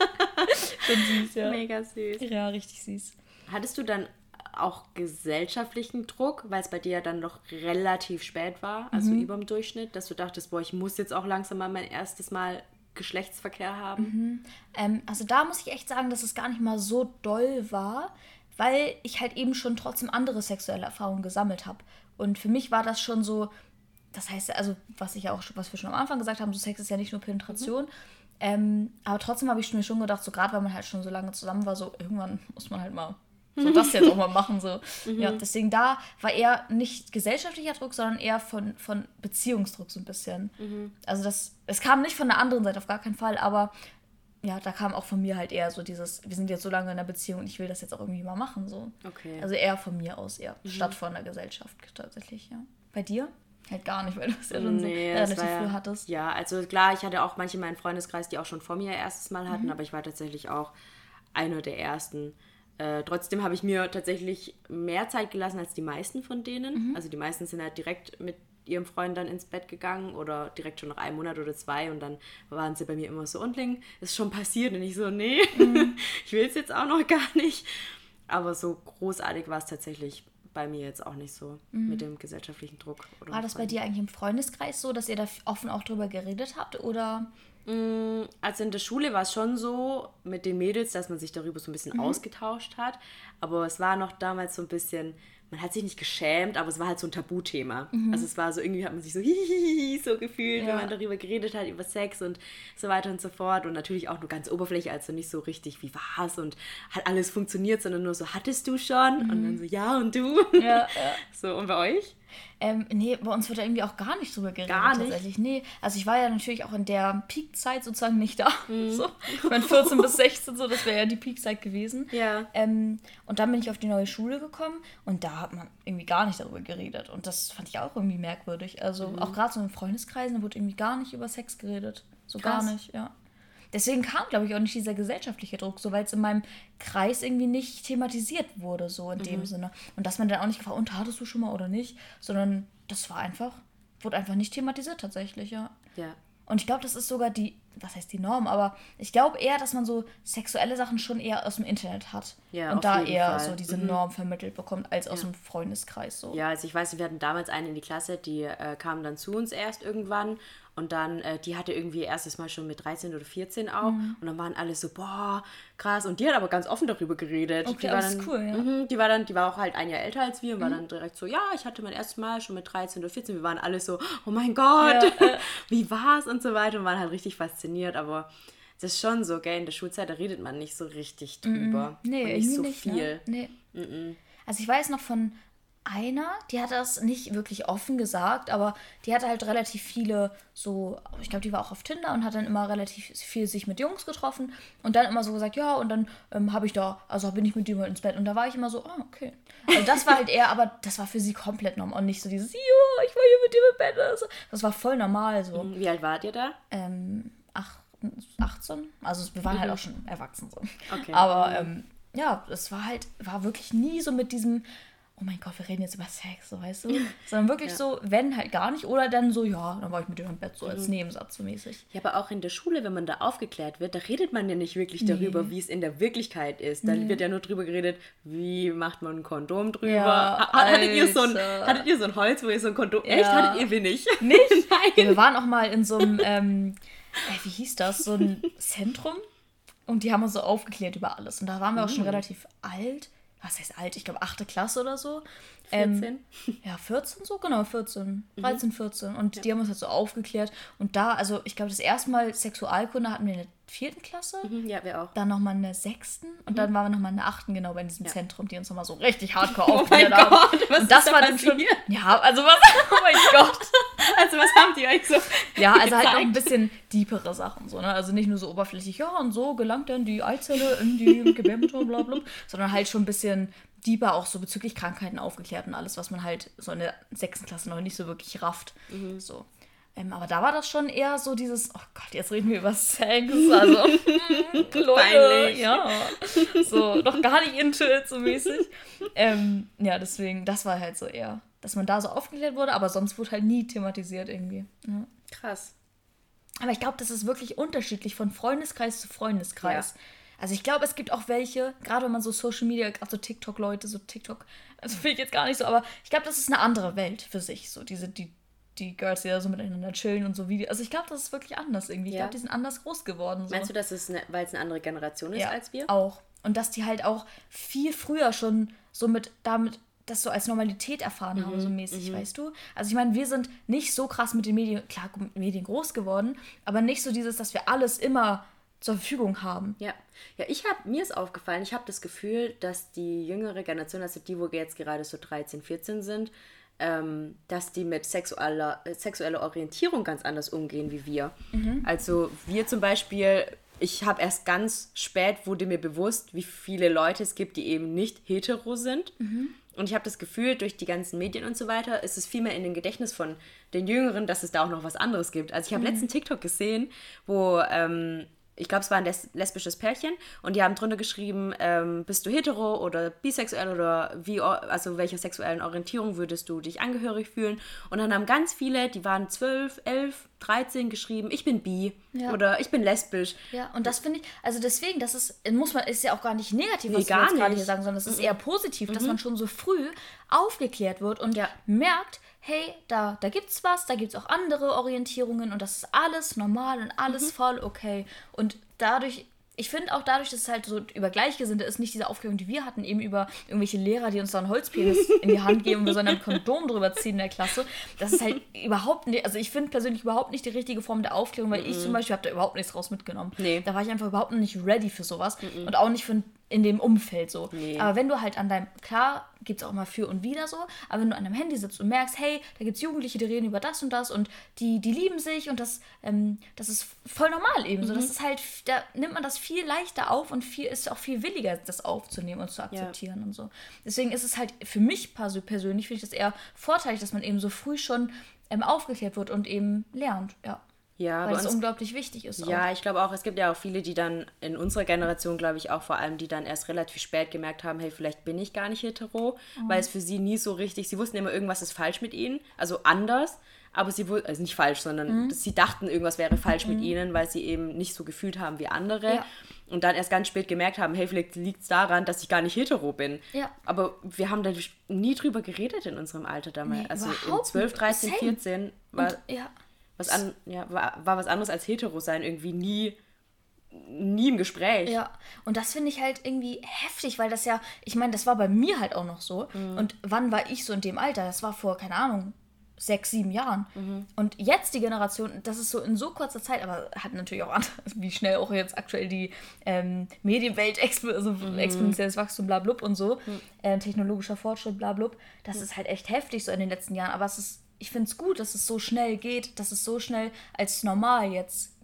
Schon süß, ja. Mega süß. Ja, richtig süß. Hattest du dann auch gesellschaftlichen Druck, weil es bei dir ja dann noch relativ spät war, also über dem Durchschnitt, dass du dachtest, boah, ich muss jetzt auch langsam mal mein erstes Mal Geschlechtsverkehr haben? Ähm, also da muss ich echt sagen, dass es gar nicht mal so doll war, weil ich halt eben schon trotzdem andere sexuelle Erfahrungen gesammelt habe. Und für mich war das schon so, das heißt, also was ich ja auch, schon- was wir schon am Anfang gesagt haben, so Sex ist ja nicht nur Penetration. Ähm, aber trotzdem habe ich mir schon gedacht, so gerade weil man halt schon so lange zusammen war, so irgendwann muss man halt mal so das jetzt auch mal machen. So. Ja, deswegen da war eher nicht gesellschaftlicher Druck, sondern eher von, von Beziehungsdruck so ein bisschen. Also das, es kam nicht von der anderen Seite, auf gar keinen Fall, aber ja, da kam auch von mir halt eher so dieses, wir sind jetzt so lange in einer Beziehung und ich will das jetzt auch irgendwie mal machen. So. Okay. Also eher von mir aus, eher, statt von der Gesellschaft tatsächlich, ja. Bei dir? Halt gar nicht, weil du es ja schon Nee, so das relativ war früh ja, hattest. Ja, also klar, ich hatte auch manche in meinem Freundeskreis, die auch schon vor mir ihr erstes Mal hatten, aber ich war tatsächlich auch einer der ersten. Äh, trotzdem habe ich mir tatsächlich mehr Zeit gelassen als die meisten von denen. Also die meisten sind halt direkt mit ihrem Freund dann ins Bett gegangen oder direkt schon nach einem Monat oder zwei und dann waren sie bei mir immer so, und Ling, ist schon passiert? Und ich so, nee, ich will es jetzt auch noch gar nicht. Aber so großartig war es tatsächlich bei mir jetzt auch nicht so mit dem gesellschaftlichen Druck. Oder War das bei dir eigentlich im Freundeskreis so, dass ihr da offen auch drüber geredet habt? Oder? Also in der Schule war es schon so mit den Mädels, dass man sich darüber so ein bisschen ausgetauscht hat. Aber es war noch damals so ein bisschen, man hat sich nicht geschämt, aber es war halt so ein Tabuthema. Also es war so, irgendwie hat man sich so hihihi so gefühlt, Ja. wenn man darüber geredet hat, über Sex und so weiter und so fort. Und natürlich auch nur ganz oberflächlich, also nicht so richtig, wie war's und hat alles funktioniert, sondern nur so, hattest du schon? Und dann so, ja, und du? Ja, ja. So, und bei euch? Ähm, nee, bei uns wird da irgendwie auch gar nicht drüber geredet. Gar nicht? Tatsächlich. Nee, also ich war ja natürlich auch in der Peakzeit sozusagen nicht da. Mhm. So. Ich meine, vierzehn bis sechzehn, so, das wäre ja die Peakzeit gewesen. Ja. Ähm, und dann bin ich auf die neue Schule gekommen und da hat man irgendwie gar nicht darüber geredet. Und das fand ich auch irgendwie merkwürdig. Also Mhm. auch gerade so in Freundeskreisen wurde irgendwie gar nicht über Sex geredet. So Krass. gar nicht, ja. Deswegen kam, glaube ich, auch nicht dieser gesellschaftliche Druck, so weil es in meinem Kreis irgendwie nicht thematisiert wurde, so in Mhm. dem Sinne. Und dass man dann auch nicht gefragt, und hattest du schon mal oder nicht, sondern das war einfach, wurde einfach nicht thematisiert tatsächlich, ja. Ja. Und ich glaube, das ist sogar die, was heißt die Norm, aber ich glaube eher, dass man so sexuelle Sachen schon eher aus dem Internet hat. Ja, und auf da jeden eher Fall. so diese Mhm. Norm vermittelt bekommt, als aus dem Freundeskreis so. Ja, also ich weiß, wir hatten damals eine in die Klasse, die äh, kam dann zu uns erst irgendwann und dann, äh, die hatte irgendwie erstes Mal schon mit dreizehn oder vierzehn auch Mhm. und dann waren alle so, boah, krass, und die hat aber ganz offen darüber geredet. Okay, die aber war das dann, ist cool, ja. mhm, die war dann, die war auch halt ein Jahr älter als wir und war dann direkt so, ja, ich hatte mein erstes Mal schon mit dreizehn oder vierzehn, wir waren alle so, oh mein Gott, Ja, äh. wie war's und so weiter und waren halt richtig fasziniert, aber das ist schon so, gell, in der Schulzeit, da redet man nicht so richtig drüber. Nee, und irgendwie nicht so nicht, viel. Ne? Nee. Also ich weiß noch von einer, die hat das nicht wirklich offen gesagt, aber die hatte halt relativ viele so, ich glaube, die war auch auf Tinder und hat dann immer relativ viel sich mit Jungs getroffen und dann immer so gesagt, ja, und dann ähm, habe ich da, also bin ich mit dir mal ins Bett und da war ich immer so, ah, okay. Also das war halt eher, aber das war für sie komplett normal und nicht so dieses, jo, ich war hier mit dir im Bett. Also das war voll normal so. Wie alt wart ihr da? Ähm, ach, achtzehn. Also wir waren halt auch schon erwachsen so. Okay. Aber ähm, ja, es war halt, war wirklich nie so mit diesem, oh mein Gott, wir reden jetzt über Sex, so, weißt du? Sondern wirklich ja. so, wenn halt gar nicht. Oder dann so, ja, dann war ich mit dir im Bett, so als mhm. Nebensatz so mäßig. Ja, aber auch in der Schule, wenn man da aufgeklärt wird, da redet man ja nicht wirklich darüber, nee. wie es in der Wirklichkeit ist. Da nee. wird ja nur drüber geredet, wie macht man ein Kondom drüber. Ja, ha- hattet, ihr so ein, hattet ihr so ein Holz, wo ihr so ein Kondom... Ja. Echt? Hattet ihr wir nicht? Nicht? Nein. Ja, wir waren auch mal in so einem, ähm, wie hieß das, so ein Zentrum. Und die haben uns so aufgeklärt über alles. Und da waren wir auch mhm. schon relativ alt. Was heißt alt? Ich glaube, achte Klasse oder so. vierzehn? Ähm, ja, vierzehn so, genau, vierzehn. dreizehn, vierzehn. Und ja. die haben uns halt so aufgeklärt. Und da, also ich glaube, das erste Mal Sexualkunde hatten wir in der vierten Klasse. Mhm, ja, wir auch. Dann nochmal in der sechsten. Und mhm. dann waren wir nochmal in der achten, genau, bei diesem ja. Zentrum, die uns nochmal so richtig hardcore aufgeklärt haben. Oh mein Gott, was und das ist da war dann schon... Ja, also was... Oh mein Gott. Also was haben die euch so Ja, also gezeigt? Halt noch ein bisschen deepere Sachen. So, ne? Also nicht nur so oberflächlich, ja, und so gelangt dann die Eizelle in die Gebärmutter, bla bla, sondern halt schon ein bisschen deeper auch so bezüglich Krankheiten aufgeklärt und alles, was man halt so in der sechsten Klasse noch nicht so wirklich rafft. Mhm. So. Ähm, aber da war das schon eher so dieses, oh Gott, jetzt reden wir über Sex, also Leute, ja, so noch gar nicht into it so mäßig. Ähm, ja, deswegen, das war halt so eher, dass man da so aufgeklärt wurde, aber sonst wurde halt nie thematisiert irgendwie. Ja. Krass. Aber ich glaube, das ist wirklich unterschiedlich von Freundeskreis zu Freundeskreis. Ja. Also ich glaube, es gibt auch welche, gerade wenn man so Social Media, gerade so TikTok-Leute, so TikTok, also finde ich jetzt gar nicht so, aber ich glaube, das ist eine andere Welt für sich, so diese, die die Girls, die da so miteinander chillen und so Videos. Also ich glaube, das ist wirklich anders irgendwie. Ich ja. glaube, die sind anders groß geworden. So. Meinst du, dass es eine, weil es eine andere Generation ist ja, als wir? Auch. Und dass die halt auch viel früher schon so mit damit das so als Normalität erfahren mhm, haben, so mäßig, mhm. weißt du? Also ich meine, wir sind nicht so krass mit den Medien, klar, mit Medien groß geworden, aber nicht so dieses, dass wir alles immer zur Verfügung haben. Ja, ja, ich habe, mir ist aufgefallen, ich habe das Gefühl, dass die jüngere Generation, also die, wo jetzt gerade so dreizehn, vierzehn sind, ähm, dass die mit sexueller, äh, sexueller Orientierung ganz anders umgehen wie wir. Mhm. Also wir zum Beispiel, ich habe erst ganz spät, wurde mir bewusst, wie viele Leute es gibt, die eben nicht hetero sind. Mhm. Und ich habe das Gefühl, durch die ganzen Medien und so weiter, ist es viel mehr in dem Gedächtnis von den Jüngeren, dass es da auch noch was anderes gibt. Also ich habe mhm. letzten TikTok gesehen, wo... Ähm, ich glaube, es war ein les- lesbisches Pärchen und die haben drunter geschrieben, ähm, bist du hetero oder bisexuell oder wie, also welcher sexuellen Orientierung würdest du dich angehörig fühlen? Und dann haben ganz viele, die waren zwölf, elf, dreizehn geschrieben, ich bin bi ja. oder ich bin lesbisch. Ja, und das finde ich, also deswegen, das ist, muss man, ist ja auch gar nicht negativ, nee, was wir jetzt gerade hier sagen, sondern es ist mhm. eher positiv, mhm. dass man schon so früh aufgeklärt wird und ja. merkt, hey, da, da gibt's was, da gibt's auch andere Orientierungen und das ist alles normal und alles mhm. voll okay. Und dadurch, ich finde auch dadurch, dass es halt so über Gleichgesinnte ist, nicht diese Aufklärung, die wir hatten, eben über irgendwelche Lehrer, die uns da einen Holzpenis in die Hand geben und wir sollen ein Kondom drüber ziehen in der Klasse. Das ist halt überhaupt nicht, also ich finde persönlich überhaupt nicht die richtige Form der Aufklärung, weil mhm. ich zum Beispiel habe da überhaupt nichts raus mitgenommen. Nee. Da war ich einfach überhaupt noch nicht ready für sowas mhm. und auch nicht für in dem Umfeld so. Nee. Aber wenn du halt an deinem, klar, gibt es auch immer für und wider so, aber wenn du an deinem Handy sitzt und merkst, hey, da gibt es Jugendliche, die reden über das und das und die, die lieben sich und das, ähm, das ist voll normal eben. Mhm. So, das ist halt, da nimmt man das viel leichter auf und viel, ist auch viel williger, das aufzunehmen und zu akzeptieren ja. und so. Deswegen ist es halt für mich persönlich, finde ich das eher vorteilig, dass man eben so früh schon ähm, aufgeklärt wird und eben lernt, ja. Ja, weil es unglaublich wichtig ist. Ja, auch. Ich glaube auch, es gibt ja auch viele, die dann in unserer Generation, glaube ich auch vor allem, die dann erst relativ spät gemerkt haben, hey, vielleicht bin ich gar nicht hetero, mhm. weil es für sie nie so richtig, sie wussten immer, irgendwas ist falsch mit ihnen, also anders, aber sie wussten, also nicht falsch, sondern mhm. sie dachten, irgendwas wäre falsch mhm. mit ihnen, weil sie eben nicht so gefühlt haben wie andere ja. und dann erst ganz spät gemerkt haben, hey, vielleicht liegt es daran, dass ich gar nicht hetero bin. Ja. Aber wir haben da nie drüber geredet in unserem Alter damals. Nee, also in zwölf, dreizehn, vierzehn war... Und, ja. Was an, ja, war, war was anderes als hetero sein, irgendwie nie, nie im Gespräch. Ja, und das finde ich halt irgendwie heftig, weil das ja, ich meine, das war bei mir halt auch noch so. Mhm. Und wann war ich so in dem Alter? Das war vor, keine Ahnung, sechs, sieben Jahren. Mhm. Und jetzt die Generation, das ist so in so kurzer Zeit, aber hat natürlich auch an, wie schnell auch jetzt aktuell die ähm, Medienwelt, exp- also mhm. exponentielles Wachstum, blablub und so, mhm. äh, technologischer Fortschritt, blablub. Das mhm. ist halt echt heftig so in den letzten Jahren, aber es ist ich finde es gut, dass es so schnell geht, dass es so schnell als normal jetzt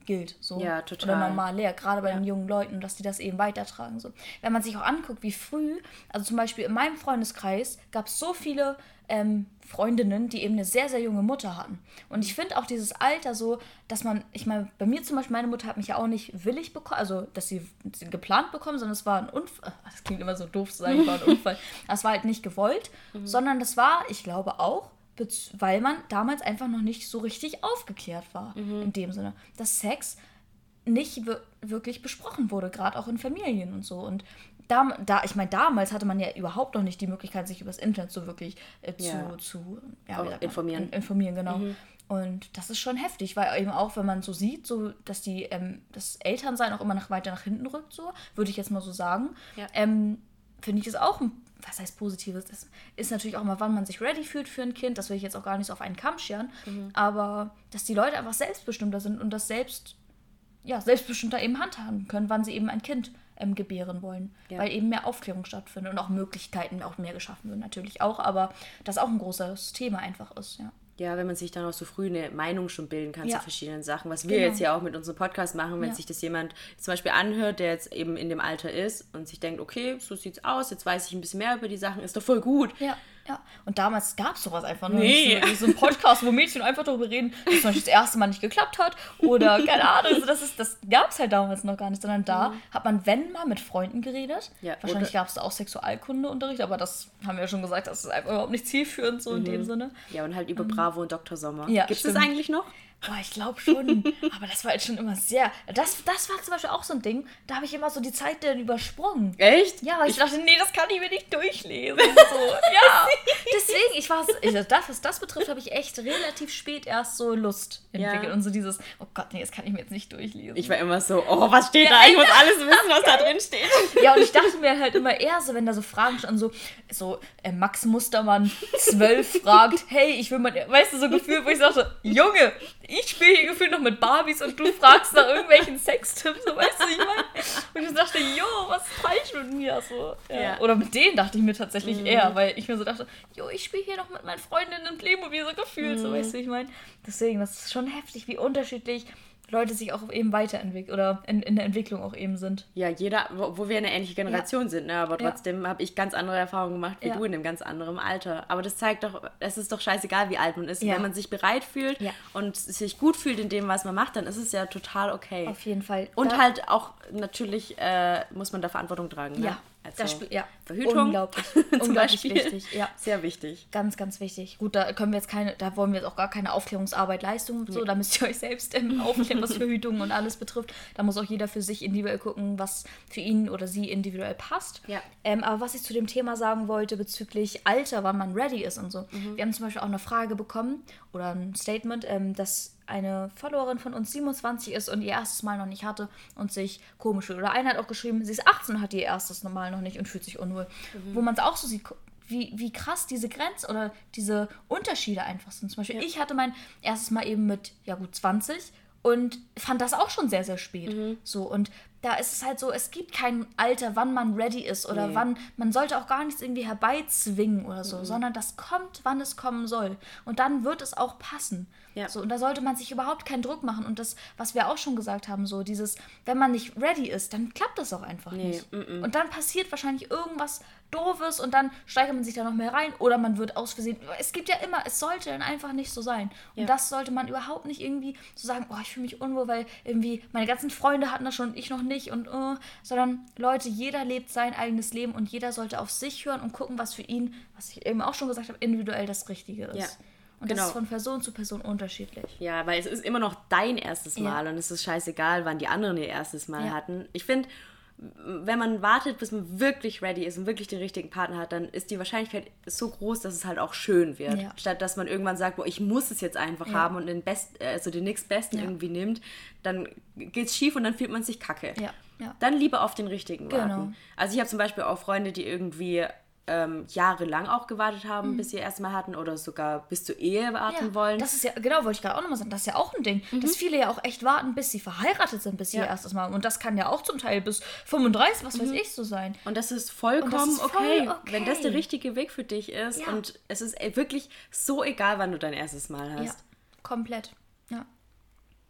gilt. So. Ja, total. Oder normal leer, gerade bei Ja. den jungen Leuten, dass die das eben weitertragen. So. Wenn man sich auch anguckt, wie früh, also zum Beispiel in meinem Freundeskreis gab es so viele ähm, Freundinnen, die eben eine sehr, sehr junge Mutter hatten. Und ich finde auch dieses Alter so, dass man, ich meine, bei mir zum Beispiel, meine Mutter hat mich ja auch nicht willig bekommen, also dass sie, sie geplant bekommen, sondern es war ein Unfall, das klingt immer so doof zu sagen, es war ein Unfall, das war halt nicht gewollt, mhm. sondern das war, ich glaube auch, weil man damals einfach noch nicht so richtig aufgeklärt war, mhm. in dem Sinne, dass Sex nicht w- wirklich besprochen wurde, gerade auch in Familien und so. Und da, da ich meine, damals hatte man ja überhaupt noch nicht die Möglichkeit, sich über das Internet so wirklich äh, zu, ja. zu ja, auch informieren. In, informieren, genau. Mhm. Und das ist schon heftig, weil eben auch, wenn man so sieht, so dass die ähm, das Elternsein auch immer nach, weiter nach hinten rückt, so, würde ich jetzt mal so sagen, ja. ähm, finde ich das auch ein, was heißt Positives? Das ist natürlich auch mal, wann man sich ready fühlt für ein Kind, das will ich jetzt auch gar nicht so auf einen Kamm scheren, mhm. aber dass die Leute einfach selbstbestimmter sind und das selbst, ja, selbstbestimmter eben handhaben können, wann sie eben ein Kind ähm, gebären wollen, ja. weil eben mehr Aufklärung stattfindet und auch Möglichkeiten auch mehr geschaffen werden natürlich auch, aber das auch ein großes Thema einfach ist, ja. Ja, wenn man sich dann auch so früh eine Meinung schon bilden kann ja. zu verschiedenen Sachen, was wir genau. jetzt ja auch mit unserem Podcast machen, wenn ja. sich das jemand zum Beispiel anhört, der jetzt eben in dem Alter ist und sich denkt, okay, so sieht's aus, jetzt weiß ich ein bisschen mehr über die Sachen, ist doch voll gut. Ja, ja. Und damals gab es sowas einfach noch nee. nicht. So, so ein Podcast, wo Mädchen einfach darüber reden, dass zum Beispiel das erste Mal nicht geklappt hat oder keine Ahnung, also das, ist, das gab es halt damals noch gar nicht, sondern da mhm. hat man, wenn mal, mit Freunden geredet. Ja, wahrscheinlich gab es da auch Sexualkundeunterricht, aber das haben wir ja schon gesagt, das ist einfach überhaupt nicht zielführend, so mhm. in dem Sinne. Ja, und halt über mhm. Bravo und Doktor Sommer. Ja, gibt es das eigentlich noch? Boah, ich glaube schon. Aber das war jetzt schon immer sehr... Das, das war zum Beispiel auch so ein Ding, da habe ich immer so die Zeit dann übersprungen. Echt? Ja, weil ich, ich dachte, nee, das kann ich mir nicht durchlesen. So. Ja, deswegen, ich war... Ich, das, was das betrifft, habe ich echt relativ spät erst so Lust entwickelt. Ja. Und so dieses, oh Gott, nee, das kann ich mir jetzt nicht durchlesen. Ich war immer so, oh, was steht da? Ich muss alles wissen, was da drin steht. Ja, und ich dachte mir halt immer eher so, wenn da so Fragen standen, so, so äh, Max Mustermann zwölf fragt, hey, ich will mal... Weißt du, so Gefühl, wo ich sagte, Junge... Ich spiele hier gefühlt noch mit Barbies und du fragst nach irgendwelchen Sextipps, so, weißt du, ich meine? Und ich dachte, jo, was ist falsch mit mir? So, ja. Ja. Oder mit denen dachte ich mir tatsächlich mhm. eher, weil ich mir so dachte, jo, ich spiele hier noch mit meinen Freundinnen Playmobil so gefühlt, mhm. so, weißt du, ich meine? Deswegen, das ist schon heftig, wie unterschiedlich Leute sich auch eben weiterentwickeln oder in, in der Entwicklung auch eben sind. Ja, jeder, wo, wo wir eine ähnliche Generation ja. sind, ne? Aber trotzdem ja. habe ich ganz andere Erfahrungen gemacht wie ja. du in einem ganz anderen Alter. Aber das zeigt doch, es ist doch scheißegal, wie alt man ist. Ja. Wenn man sich bereit fühlt ja. und sich gut fühlt in dem, was man macht, dann ist es ja total okay. Auf jeden Fall. Und da halt auch, natürlich äh, muss man da Verantwortung tragen. Ne? Ja. Also das Spiel, ja. Verhütung. Unglaublich. Zum Unglaublich Beispiel. wichtig. Ja. Sehr wichtig. Ganz, ganz wichtig. Gut, da können wir jetzt keine, da wollen wir jetzt auch gar keine Aufklärungsarbeit leisten und so. Nee. Da müsst ihr euch selbst ähm, aufklären, was Verhütung und alles betrifft. Da muss auch jeder für sich individuell gucken, was für ihn oder sie individuell passt. Ja. Ähm, aber was ich zu dem Thema sagen wollte bezüglich Alter, wann man ready ist und so. Mhm. Wir haben zum Beispiel auch eine Frage bekommen oder ein Statement, ähm, dass eine Followerin von uns siebenundzwanzig ist und ihr erstes Mal noch nicht hatte und sich komisch fühlt. Oder einer hat auch geschrieben, sie ist achtzehn und hat ihr erstes Mal noch nicht und fühlt sich unwohl. Mhm. Wo man es auch so sieht, wie, wie krass diese Grenzen oder diese Unterschiede einfach sind. Zum Beispiel, ja. ich hatte mein erstes Mal eben mit, ja gut, zwanzig und fand das auch schon sehr, sehr spät. Mhm. So, und da ist es halt so, es gibt kein Alter, wann man ready ist oder nee. wann, man sollte auch gar nichts irgendwie herbeizwingen oder so, mhm. sondern das kommt, wann es kommen soll. Und dann wird es auch passen. Ja. So, und da sollte man sich überhaupt keinen Druck machen. Und das, was wir auch schon gesagt haben, so dieses, wenn man nicht ready ist, dann klappt das auch einfach nee. nicht. Mhm. Und dann passiert wahrscheinlich irgendwas Doofes und dann steigert man sich da noch mehr rein oder man wird aus Versehen, es gibt ja immer, es sollte dann einfach nicht so sein. Und ja. das sollte man überhaupt nicht irgendwie so sagen, oh, ich fühle mich unwohl, weil irgendwie meine ganzen Freunde hatten das schon und ich noch nicht und uh, sondern Leute, jeder lebt sein eigenes Leben und jeder sollte auf sich hören und gucken, was für ihn, was ich eben auch schon gesagt habe, individuell das Richtige ist. Ja. Und genau. das ist von Person zu Person unterschiedlich. Ja, weil es ist immer noch dein erstes Mal ja. und es ist scheißegal, wann die anderen ihr erstes Mal ja. hatten. Ich finde, wenn man wartet, bis man wirklich ready ist und wirklich den richtigen Partner hat, dann ist die Wahrscheinlichkeit so groß, dass es halt auch schön wird. Ja. Statt dass man irgendwann sagt, boah, ich muss es jetzt einfach ja. haben und den Best, also den nächstbesten ja. irgendwie nimmt, dann geht's schief und dann fühlt man sich kacke. Ja. Ja. Dann lieber auf den richtigen warten. Genau. Also ich habe zum Beispiel auch Freunde, die irgendwie ähm, jahrelang auch gewartet haben, mhm. bis sie erstmal hatten oder sogar bis zur Ehe warten ja, wollen. Das ist ja, genau, wollte ich gerade auch nochmal sagen, das ist ja auch ein Ding, mhm. dass viele ja auch echt warten, bis sie verheiratet sind, bis sie ja. ihr erstes Mal. Und das kann ja auch zum Teil bis fünfunddreißig, was mhm. weiß ich, so sein. Und das ist vollkommen das ist voll okay, okay, wenn das der richtige Weg für dich ist. Ja. Und es ist wirklich so egal, wann du dein erstes Mal hast. Ja, komplett. Ja.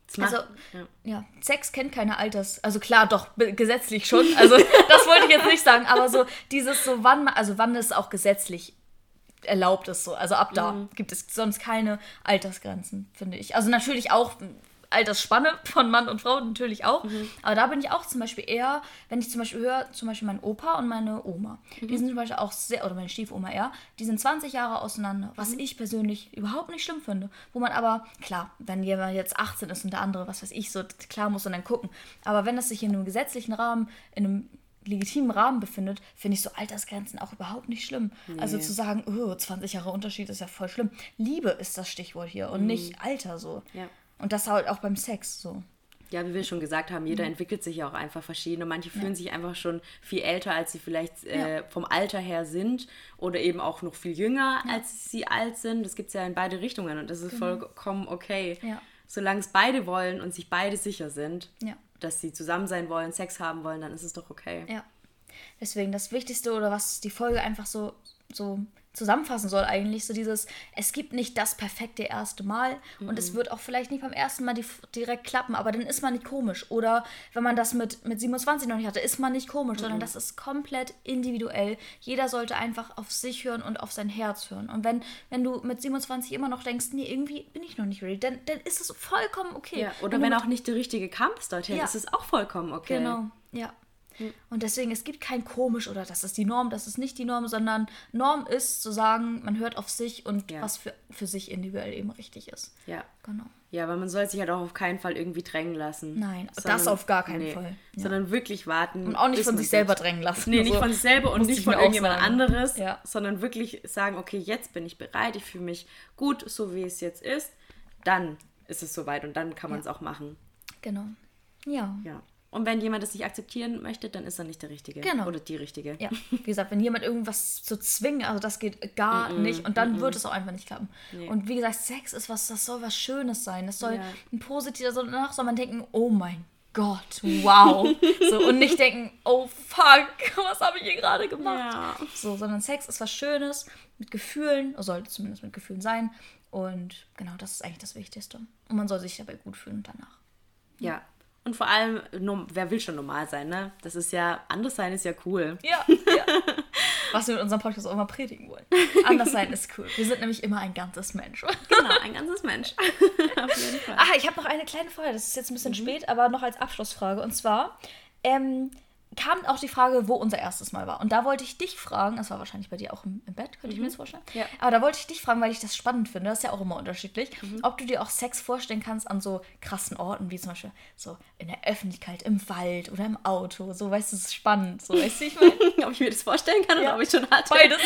Das macht, Also, ja. ja, Sex kennt keine Alters... Also klar, doch, be- gesetzlich schon. Also das wollte ich jetzt nicht sagen. Aber so dieses so, wann... man- Also wann es auch gesetzlich erlaubt ist so. Also ab da Mhm. gibt es sonst keine Altersgrenzen, finde ich. Also natürlich auch Altersspanne von Mann und Frau, natürlich auch. Mhm. Aber da bin ich auch zum Beispiel eher, wenn ich zum Beispiel höre, zum Beispiel mein Opa und meine Oma. Mhm. Die sind zum Beispiel auch sehr, oder meine Stiefoma eher, die sind zwanzig Jahre auseinander, was Mhm. ich persönlich überhaupt nicht schlimm finde. Wo man aber, klar, wenn jemand jetzt achtzehn ist und der andere, was weiß ich, so klar muss man dann gucken. Aber wenn es sich in einem gesetzlichen Rahmen, in einem legitimen Rahmen befindet, finde ich so Altersgrenzen auch überhaupt nicht schlimm. Nee. Also zu sagen, oh, zwanzig Jahre Unterschied ist ja voll schlimm. Liebe ist das Stichwort hier und nicht Alter so. Ja. Und das halt auch beim Sex so. Ja, wie wir schon gesagt haben, jeder entwickelt sich ja auch einfach verschieden. Und manche fühlen sich einfach schon viel älter, als sie vielleicht äh, vom Alter her sind. Oder eben auch noch viel jünger, als sie alt sind. Das gibt es ja in beide Richtungen. Und das ist vollkommen okay. Ja. Solange es beide wollen und sich beide sicher sind, Ja. dass sie zusammen sein wollen, Sex haben wollen, dann ist es doch okay. Ja. Deswegen das Wichtigste oder was die Folge einfach so, so zusammenfassen soll eigentlich, so dieses, es gibt nicht das perfekte erste Mal und es wird auch vielleicht nicht beim ersten Mal die, direkt klappen, aber dann ist man nicht komisch. Oder wenn man das mit, mit siebenundzwanzig noch nicht hatte, ist man nicht komisch, sondern das ist komplett individuell. Jeder sollte einfach auf sich hören und auf sein Herz hören. Und wenn, wenn du mit siebenundzwanzig immer noch denkst, nee, irgendwie bin ich noch nicht ready, dann, dann ist es vollkommen okay. Ja, oder wenn, wenn du auch nicht der richtige kam bis dorthin, Ja. ist es auch vollkommen okay. Genau, ja. Und deswegen, es gibt kein komisch oder das ist die Norm, das ist nicht die Norm, sondern Norm ist zu sagen, man hört auf sich und Ja. was für, für sich individuell eben richtig ist. Ja. Genau. Ja, aber man soll sich halt auch auf keinen Fall irgendwie drängen lassen. Nein, Sondern- das auf gar keinen nee, Fall. Ja. Sondern wirklich warten. Und auch nicht bis von man sich selber selbst- drängen lassen. Nee, nicht Also, von sich selber und musste nicht ich von mir auch irgendjemand sagen. anderes, Ja. sondern wirklich sagen, okay, jetzt bin ich bereit, ich fühle mich gut, so wie es jetzt ist. Dann ist es soweit und dann kann man es auch machen. Genau. Ja. Ja. Und wenn jemand das nicht akzeptieren möchte, dann ist er nicht der Richtige. Genau. Oder die Richtige. Ja, wie gesagt, wenn jemand irgendwas zu zwingen, also das geht gar nicht und dann wird es auch einfach nicht klappen. Nee. Und wie gesagt, Sex ist was, das soll was Schönes sein. Das soll Ja. ein positiver, so danach soll man denken, oh mein Gott, wow. So, und nicht denken, oh fuck, was habe ich hier gerade gemacht? Ja. So, sondern Sex ist was Schönes, mit Gefühlen, oder sollte zumindest mit Gefühlen sein. Und genau, das ist eigentlich das Wichtigste. Und man soll sich dabei gut fühlen danach. Ja. Und vor allem, nur, wer will schon normal sein, ne? Das ist ja, anders sein ist ja cool. Ja, ja. Was wir mit unserem Podcast auch immer predigen wollen. Anders sein ist cool. Wir sind nämlich immer ein ganzes Mensch. Genau, ein ganzes Mensch. Auf jeden Fall. Ah, ich habe noch eine kleine Frage. Das ist jetzt ein bisschen spät, aber noch als Abschlussfrage. Und zwar ähm, kam auch die Frage, wo unser erstes Mal war. Und da wollte ich dich fragen, das war wahrscheinlich bei dir auch im, im Bett, könnte ich mir das vorstellen. Ja. Aber da wollte ich dich fragen, weil ich das spannend finde, das ist ja auch immer unterschiedlich, ob du dir auch Sex vorstellen kannst an so krassen Orten, wie zum Beispiel so in der Öffentlichkeit, im Wald oder im Auto. So, weißt du, das ist spannend. So, weißt du, wie ich meine? Ob ich mir das vorstellen kann Ja. oder ob ich schon hatte. Beides.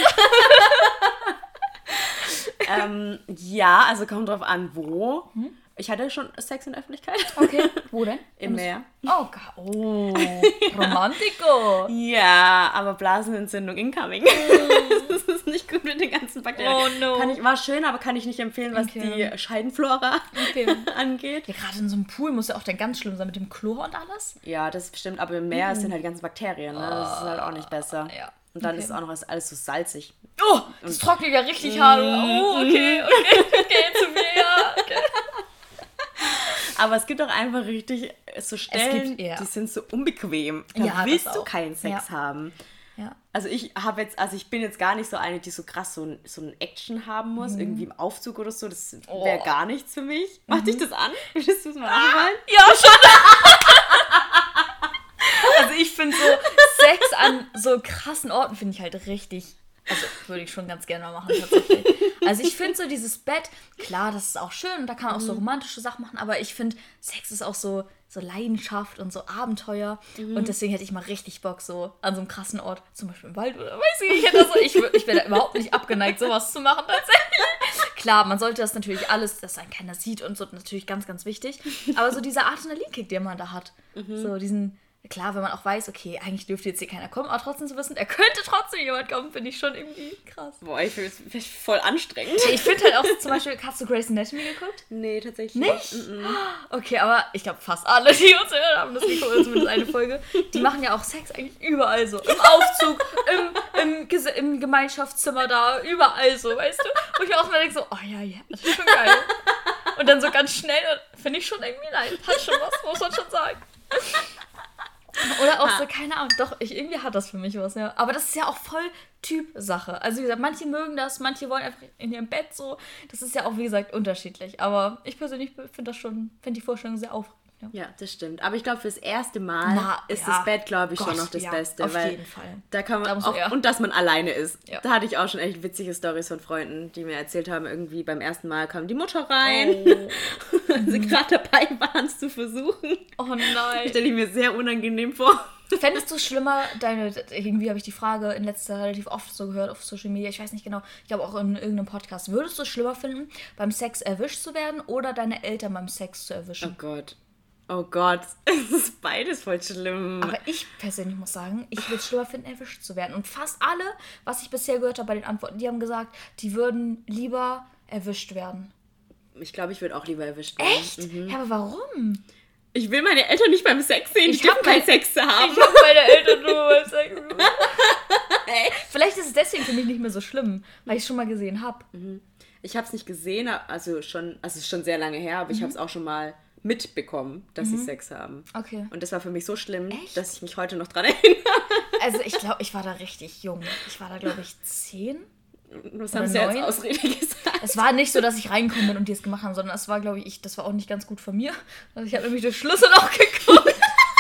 ähm, ja, also kommt drauf an, wo. Ich hatte schon Sex in der Öffentlichkeit. Okay, wo denn? Im Meer. Oh, ga- oh, Romantico. Ja, aber Blasenentzündung incoming. Das ist nicht gut mit den ganzen Bakterien. Oh no. Kann ich, war schön, aber kann ich nicht empfehlen, was Okay. die Scheidenflora Okay. angeht. Ja, gerade in so einem Pool muss ja auch dann ganz schlimm sein mit dem Chlor und alles. Ja, das stimmt, aber im Meer sind halt die ganzen Bakterien, ne? Das ist halt auch nicht besser. ja. Und dann Okay. ist es auch noch alles so salzig. Oh, das trocknet ja richtig hart. Oh, okay, okay, okay, zu mir, ja. Okay. Aber es gibt auch einfach richtig so Stellen, gibt- ja. die sind so unbequem. Da Ja, willst das du auch. keinen Sex Ja. haben. Ja. Also ich habe jetzt, also ich bin jetzt gar nicht so eine, die so krass so ein, so ein Action haben muss, irgendwie im Aufzug oder so. Das wäre Oh. gar nichts für mich. Macht dich das an? Würdest du es mal anmalen? Ja, schon. Also ich finde so Sex an so krassen Orten finde ich halt richtig, also würde ich schon ganz gerne mal machen tatsächlich. Also ich finde so dieses Bett, klar, das ist auch schön und da kann man auch so romantische Sachen machen, aber ich finde Sex ist auch so, so Leidenschaft und so Abenteuer und deswegen hätte ich mal richtig Bock so an so einem krassen Ort, zum Beispiel im Wald oder weiß ich, ich hätte so, ich, wür- ich wäre da überhaupt nicht abgeneigt, sowas zu machen tatsächlich. Klar, man sollte das natürlich alles, dass einen keiner sieht und so, natürlich ganz, ganz wichtig, aber so dieser Adrenalinkick, den man da hat, so diesen... Klar, wenn man auch weiß, okay, eigentlich dürfte jetzt hier keiner kommen, aber trotzdem zu wissen, er könnte trotzdem jemand kommen, finde ich schon irgendwie krass. Boah, ich finde es voll anstrengend. Ich finde halt auch zum Beispiel, hast du Grey's Anatomy geguckt? Nee, tatsächlich Nicht? Mm-mm. Okay, aber ich glaube fast alle, die uns hören, haben das geguckt, oder zumindest eine Folge. Die machen ja auch Sex eigentlich überall so. Im Aufzug, im, im, Ges- im Gemeinschaftszimmer da, überall so, weißt du? Wo ich mir auch mal denke so, oh ja, ja, das ist schon geil. Und dann so ganz schnell, finde ich schon irgendwie leid. Hat schon was, muss man schon sagen. Oder auch so, keine Ahnung, doch, ich, irgendwie hat das für mich was, ja. Aber das ist ja auch voll Typsache. Also wie gesagt, manche mögen das, manche wollen einfach in ihrem Bett so. Das ist ja auch, wie gesagt, unterschiedlich. Aber ich persönlich finde das schon, finde die Vorstellung sehr aufregend. Ja. ja, das stimmt. Aber ich glaube, fürs erste Mal Na, ist ja. das Bett, glaube ich, Gott, schon noch das ja, Beste. auf weil jeden Fall. Da kann man Da muss auch, man, ja. und dass man alleine ist. Ja. Da hatte ich auch schon echt witzige Storys von Freunden, die mir erzählt haben, irgendwie beim ersten Mal kam die Mutter rein, Oh. weil sie gerade dabei waren, es zu versuchen. Oh nein. Stelle ich mir sehr unangenehm vor. Fändest du es schlimmer, deine, irgendwie habe ich die Frage in letzter Zeit relativ oft so gehört auf Social Media, ich weiß nicht genau, ich glaube auch in irgendeinem Podcast, würdest du es schlimmer finden, beim Sex erwischt zu werden oder deine Eltern beim Sex zu erwischen? Oh Gott. Oh Gott. Es ist beides voll schlimm. Aber ich persönlich muss sagen, ich würde es schlimmer finden, erwischt zu werden. Und fast alle, was ich bisher gehört habe bei den Antworten, die haben gesagt, die würden lieber erwischt werden. Ich glaube, ich würde auch lieber erwischt werden. Echt? Mhm. Ja, aber warum? Ich will meine Eltern nicht beim Sex sehen. Ich Die dürfen hab keinen kein- Sex zu haben. Ich habe meine Eltern nur beim Sex. Vielleicht ist es deswegen für mich nicht mehr so schlimm, weil ich es schon mal gesehen habe. Ich habe es nicht gesehen, also schon, also es ist schon sehr lange her, aber ich habe es auch schon mal mitbekommen, dass sie Sex haben. Okay. Und das war für mich so schlimm, Echt? dass ich mich heute noch dran erinnere. Also ich glaube, ich war da richtig jung. Ich war da, glaube ich, zehn. Was Oder haben sie als neun? Ausrede gesagt? Es war nicht so, dass ich reingekommen bin und die es gemacht haben, sondern es war, glaube ich, ich, das war auch nicht ganz gut von mir. Also ich habe nämlich durch Schlüsselloch geguckt.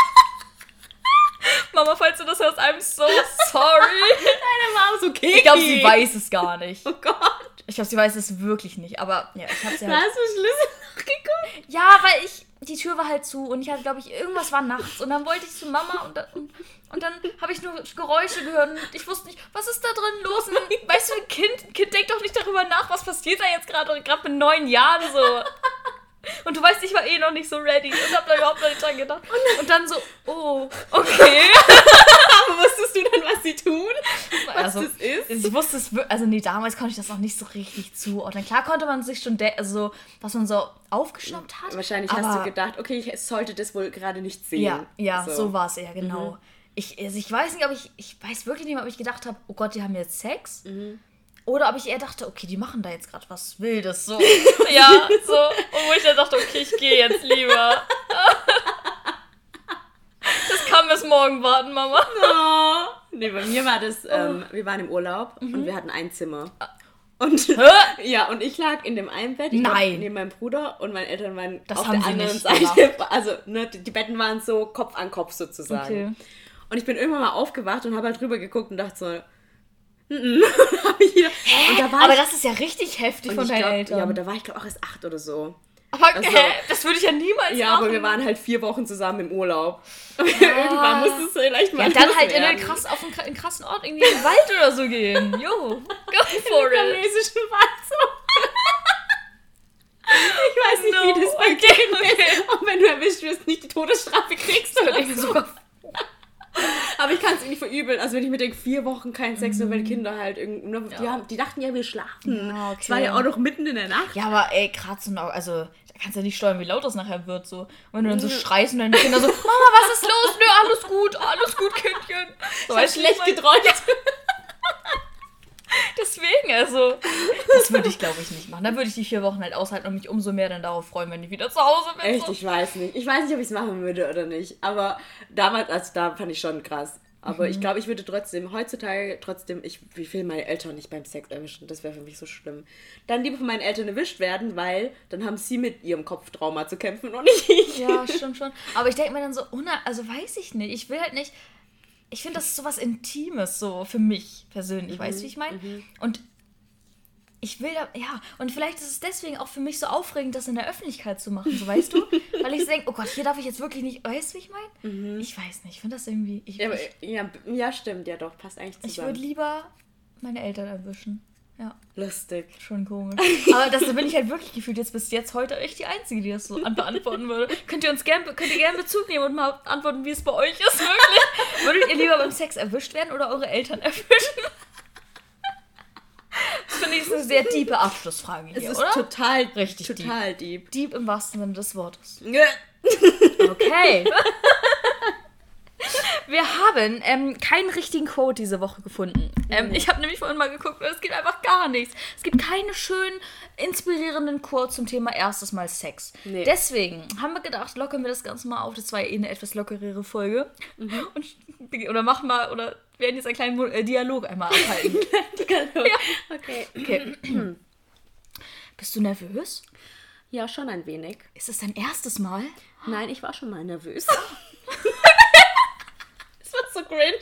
Mama, falls du das hörst, I'm so sorry. Deine Mama so okay. Ich glaube, sie weiß es gar nicht. Oh Gott. Ich glaube, sie weiß es wirklich nicht. Aber ja, ich habe sie Da halt... hast du Schlüssel geguckt. Ja, weil ich... Die Tür war halt zu und ich hatte, glaube ich, irgendwas war nachts. Und dann wollte ich zu Mama und dann, und, und dann habe ich nur Geräusche gehört und ich wusste nicht, was ist da drin los? Und dann, weißt du, ein Kind, ein Kind denkt doch nicht darüber nach, was passiert da jetzt gerade, gerade mit neun Jahren so. Und du weißt, ich war eh noch nicht so ready und hab da überhaupt noch nicht dran gedacht. Und dann so, oh, okay. Aber wusstest du dann, was sie tun? Was Also, das ist? ich wusste es, wir- also nee, damals konnte ich das noch nicht so richtig zuordnen. Klar konnte man sich schon, de- also was man so aufgeschnappt hat. Wahrscheinlich aber hast du gedacht, okay, ich sollte das wohl gerade nicht sehen. Ja, ja, so, so war es eher, genau. Ich, also ich weiß nicht, ob ich, ich weiß wirklich nicht mehr, ob ich gedacht habe, oh Gott, die haben jetzt Sex. Oder ob ich eher dachte, okay, die machen da jetzt gerade was Wildes, so. Ja, so. Und wo ich dann dachte, okay, ich gehe jetzt lieber. Das kann bis morgen warten, Mama. Oh. Nee, bei mir war das, ähm, wir waren im Urlaub und wir hatten ein Zimmer. Und ja, und ich lag in dem einen Bett, ich Nein. Glaub, neben meinem Bruder und meine Eltern waren Das auf haben der sie anderen nicht Seite. Also ne, die Betten waren so Kopf an Kopf sozusagen. Okay. Und ich bin irgendwann mal aufgewacht und habe halt drüber geguckt und dachte so, mm hab ich wieder, und da war Aber ich, das ist ja richtig heftig und von ich deinen glaub, Eltern. Ja, aber da war ich glaube auch erst acht oder so. Aber, also- hä? Das würde ich ja niemals Ja, machen. aber wir waren halt vier Wochen zusammen im Urlaub. Irgendwann musste es vielleicht mal Ja, dann halt in loswerden. einen, krass, auf einen, einen krassen Ort, irgendwie in den Wald oder so gehen. Jo, go for it. Vietnamesischen Wald. Ich weiß nicht, No, wie das bei okay, denen okay. ist. Auch wenn du erwischt wirst, nicht die Todesstrafe kriegst oder Ich so. sogar Aber ich kann es nicht verübeln. Also wenn ich mir denke, vier Wochen kein Sex, nur weil die Kinder halt irgendwie... nur- Die, haben, die dachten ja, wir schlafen. Ja, okay. Es war ja auch noch mitten in der Nacht. Ja, aber ey, gerade so, noch- also, da kannst du ja nicht steuern, wie laut das nachher wird, so. Und wenn du dann so schreist und deine Kinder so, Mama, was ist los? Nö, alles gut, alles gut, Kindchen. So, Ich hab weißt du, schlecht ich mein- geträumt. Deswegen, also, das würde ich, glaube ich, nicht machen. Da würde ich die vier Wochen halt aushalten und mich umso mehr dann darauf freuen, wenn ich wieder zu Hause bin. Echt, So. ich weiß nicht. Ich weiß nicht, ob ich es machen würde oder nicht. Aber damals, also da fand ich schon krass. Aber Mhm. ich glaube, ich würde trotzdem, heutzutage trotzdem, ich, ich will meine Eltern nicht beim Sex erwischen. Das wäre für mich so schlimm. Dann lieber von meinen Eltern erwischt werden, weil dann haben sie mit ihrem Kopftrauma zu kämpfen und nicht ich. Ja, stimmt schon. Aber ich denke mir dann so, una- also weiß ich nicht. Ich will halt nicht. Ich finde, das ist so was Intimes, so für mich persönlich. Weißt du, wie ich meine? Und ich will da, ja, und vielleicht ist es deswegen auch für mich so aufregend, das in der Öffentlichkeit zu machen, so weißt du? Weil ich denke, oh Gott, hier darf ich jetzt wirklich nicht, weißt du, wie ich meine? Ich weiß nicht, ich finde das irgendwie, ich, Ja, aber, ich, ja, ja, stimmt, ja doch, passt eigentlich ich zusammen. würde lieber meine Eltern erwischen. Ja, Lustig. schon komisch. Aber das da bin ich halt wirklich gefühlt jetzt bis jetzt heute echt die Einzige, die das so an- beantworten würde. Könnt ihr uns gern, könnt ihr gerne Bezug nehmen und mal antworten, wie es bei euch ist, wirklich? Würdet ihr lieber beim Sex erwischt werden oder eure Eltern erwischen? Das finde ich ist eine sehr tiefe Abschlussfrage Es hier, ist oder? total, Richtig total deep. Deep im wahrsten Sinne des Wortes. deep. Okay. Wir haben ähm, keinen richtigen Quote diese Woche gefunden. Ähm, mhm. Ich habe nämlich vorhin mal geguckt und es gibt einfach gar nichts. Es gibt keine schönen, inspirierenden Quotes zum Thema erstes Mal Sex. Nee. Deswegen haben wir gedacht, lockern wir das Ganze mal auf. Das war ja eh eine etwas lockerere Folge. Mhm. Und, oder machen mal, oder werden jetzt einen kleinen äh, Dialog einmal abhalten. Dialog. Ja. Okay. okay. Bist du nervös? Ja, schon ein wenig. Ist es dein erstes Mal? Nein, ich war schon mal nervös. Das war so cringe.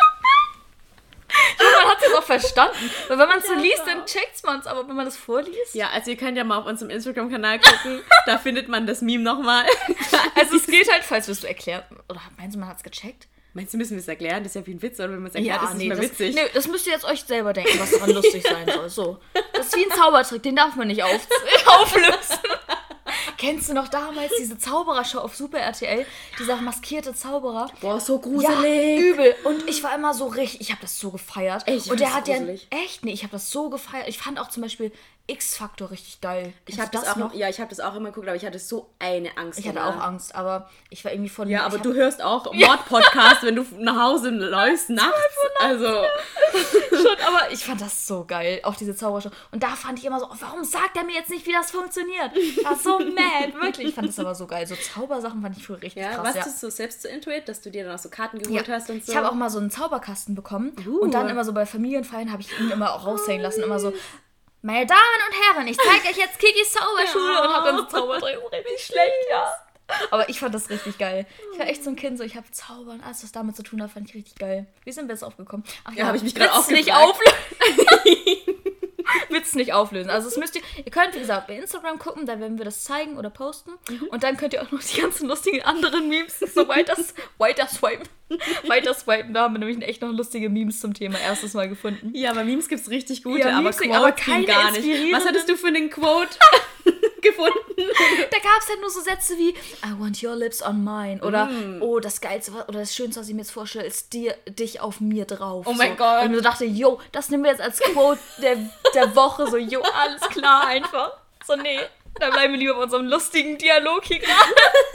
Man hat es jetzt auch verstanden. Weil wenn man es so liest, dann checkt man es. Aber wenn man das vorliest... Ja, also ihr könnt ja mal auf unserem Instagram-Kanal gucken. Da findet man das Meme nochmal. Also es geht halt, falls du es erklärt... Oder meinst du, man hat es gecheckt? Meinst du, müssen wir es erklären? Das ist ja wie ein Witz, oder wenn man es erklärt, ja, ist nee, nicht mehr witzig. Das, nee, das müsst ihr jetzt euch selber denken, was daran lustig sein soll. So. Das ist wie ein Zaubertrick, den darf man nicht auf, auflösen. Kennst du noch damals diese Zauberershow auf Super R T L? Dieser maskierte Zauberer. Boah, so gruselig. Ja, übel. Und ich war immer so richtig, ich habe das so gefeiert. Echt? Und der hat ja, echt, nee, ich habe das so gefeiert. Ich fand auch zum Beispiel X-Factor richtig geil. Ich habe das, das auch noch, ja, ich habe das auch immer geguckt, aber ich hatte so eine Angst. Ich hatte auch Angst, aber ich war irgendwie von... Ja, aber du hörst auch Mord-Podcast, wenn du nach Hause läufst nachts. Also... Schon, aber ich fand das so geil, auch diese Zaubershow. Und da fand ich immer so, warum sagt er mir jetzt nicht, wie das funktioniert? Ich war so mad, wirklich. Ich fand das aber so geil. So Zaubersachen fand ich früher richtig ja, krass. Warst ja. du so selbst so intuit, dass du dir dann auch so Karten geholt ja. hast und so? Ich habe auch mal so einen Zauberkasten bekommen. Uh. Und dann immer so bei Familienfeiern habe ich ihn immer auch raushängen lassen. Immer so, meine Damen und Herren, ich zeige euch jetzt Kikis Zauberschule. Ja. Und habe dann so Zaubertrick, richtig schlecht, ja. Aber ich fand das richtig geil. Ich war echt so ein Kind, so ich habe Zaubern, alles was damit zu tun hat, fand ich richtig geil. Wie sind wir jetzt aufgekommen? Ach ja, ja habe ich mich gerade auch nicht auflösen. Witz nicht auflösen. Also das müsst ihr, ihr könnt wie gesagt bei Instagram gucken, da werden wir das zeigen oder posten. Mhm. Und dann könnt ihr auch noch die ganzen lustigen anderen Memes so weiter, weiter swipen. Weiter swipen, da haben wir nämlich echt noch lustige Memes zum Thema erstes Mal gefunden. Ja, aber Memes gibt's richtig gute, ja, aber Quote aber keine gar nicht. Was hattest du für einen Quote gefunden? Da gab es halt nur so Sätze wie I want your lips on mine oder mm. oh, das Geilste oder das Schönste, was ich mir jetzt vorstelle, ist dir, dich auf mir drauf. Oh mein so. Gott. Und ich dachte, yo, das nehmen wir jetzt als Quote der, der Woche. So, yo, alles klar einfach. So, nee, da bleiben wir lieber bei unserem lustigen Dialog hier gerade.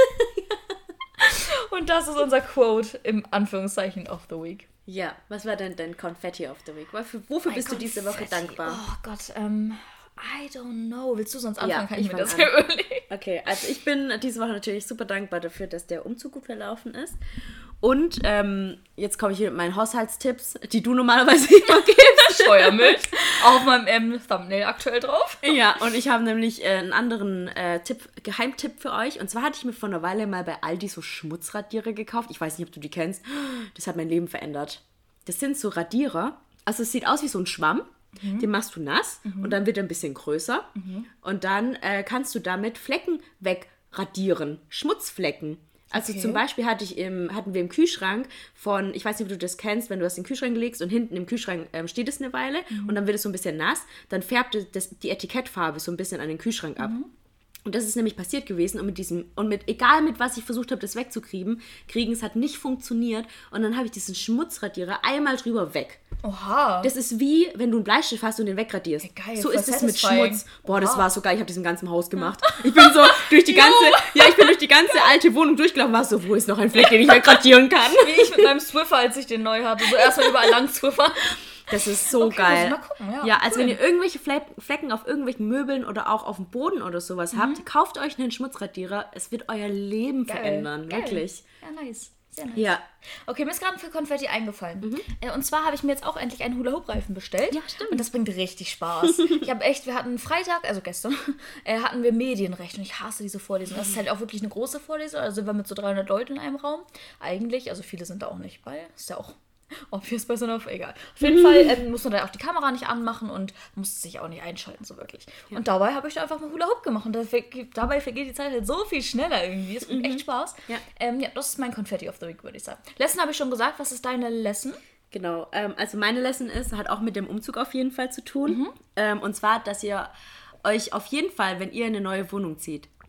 Und das ist unser Quote im Anführungszeichen of the Week. Ja, was war denn dein Confetti of the Week? Wofür, wofür bist Confetti. du diese Woche dankbar? Oh Gott, ähm... I don't know. Willst du sonst anfangen? Ja, Kann ich ich mir das an. überlegen? Okay, also ich bin diese Woche natürlich super dankbar dafür, dass der Umzug gut verlaufen ist. Und ähm, jetzt komme ich hier mit meinen Haushaltstipps, die du normalerweise immer gibst. Scheuermilch. Auf meinem ähm, Thumbnail aktuell drauf. Ja, und ich habe nämlich äh, einen anderen äh, Tipp, Geheimtipp für euch. Und zwar hatte ich mir vor einer Weile mal bei Aldi so Schmutzradiere gekauft. Ich weiß nicht, ob du die kennst. Das hat mein Leben verändert. Das sind so Radierer. Also es sieht aus wie so ein Schwamm. Mhm. Den machst du nass mhm. und dann wird er ein bisschen größer. Mhm. Und dann äh, kannst du damit Flecken wegradieren. Schmutzflecken. Also okay. zum Beispiel hatte ich im, hatten wir im Kühlschrank von, ich weiß nicht, ob du das kennst, wenn du das in den Kühlschrank legst und hinten im Kühlschrank ähm, steht es eine Weile mhm. und dann wird es so ein bisschen nass, dann färbt das, die Etikettfarbe so ein bisschen an den Kühlschrank ab. Mhm. Und das ist nämlich passiert gewesen und mit diesem, und mit, egal mit was ich versucht habe, das wegzukriegen, kriegen, es hat nicht funktioniert und dann habe ich diesen Schmutzradierer einmal drüber weg. Oha. Das ist wie, wenn du einen Bleistift hast und den wegradierst. Ja, geil, so ist es mit Schmutz. Boah, Oha. Das war so geil, ich habe das im ganzen Haus gemacht. Ich bin so durch die ganze, ja, ich bin durch die ganze alte Wohnung durchgelaufen, war so, wo ist noch ein Fleck, den ich wegradieren kann? Wie ich mit meinem Swiffer, als ich den neu hatte, so erstmal überall lang Swiffer. Das ist so okay, geil. Mal gucken. Ja, ja, also cool. Wenn ihr irgendwelche Flecken auf irgendwelchen Möbeln oder auch auf dem Boden oder sowas mhm. habt, kauft euch einen Schmutzradierer. Es wird euer Leben geil. verändern. Geil. Wirklich. Ja, nice. Sehr nice. Ja. Okay, mir ist gerade für Konfetti eingefallen. Mhm. Und zwar habe ich mir jetzt auch endlich einen Hula-Hoop-Reifen bestellt. Ja, stimmt. Und das bringt richtig Spaß. Ich habe echt, wir hatten Freitag, also gestern, äh, hatten wir Medienrecht. Und ich hasse diese Vorlesung. Das ist halt auch wirklich eine große Vorlesung. Also sind wir mit so dreihundert Leuten in einem Raum. Eigentlich, also viele sind da auch nicht bei. Ist ja auch obvious bei so einer, egal. Auf jeden Fall ähm, muss man da auch die Kamera nicht anmachen und muss sich auch nicht einschalten, so wirklich. Ja. Und dabei habe ich da einfach mal Hula Hoop gemacht und dabei vergeht die Zeit halt so viel schneller irgendwie. Es bringt mhm. echt Spaß. Ja. Ähm, ja, das ist mein Confetti of the Week, würde ich sagen. Lesson habe ich schon gesagt. Was ist deine Lesson? Genau, ähm, also meine Lesson ist, hat auch mit dem Umzug auf jeden Fall zu tun. Mhm. Ähm, und zwar, dass ihr euch auf jeden Fall, wenn ihr in eine neue Wohnung zieht,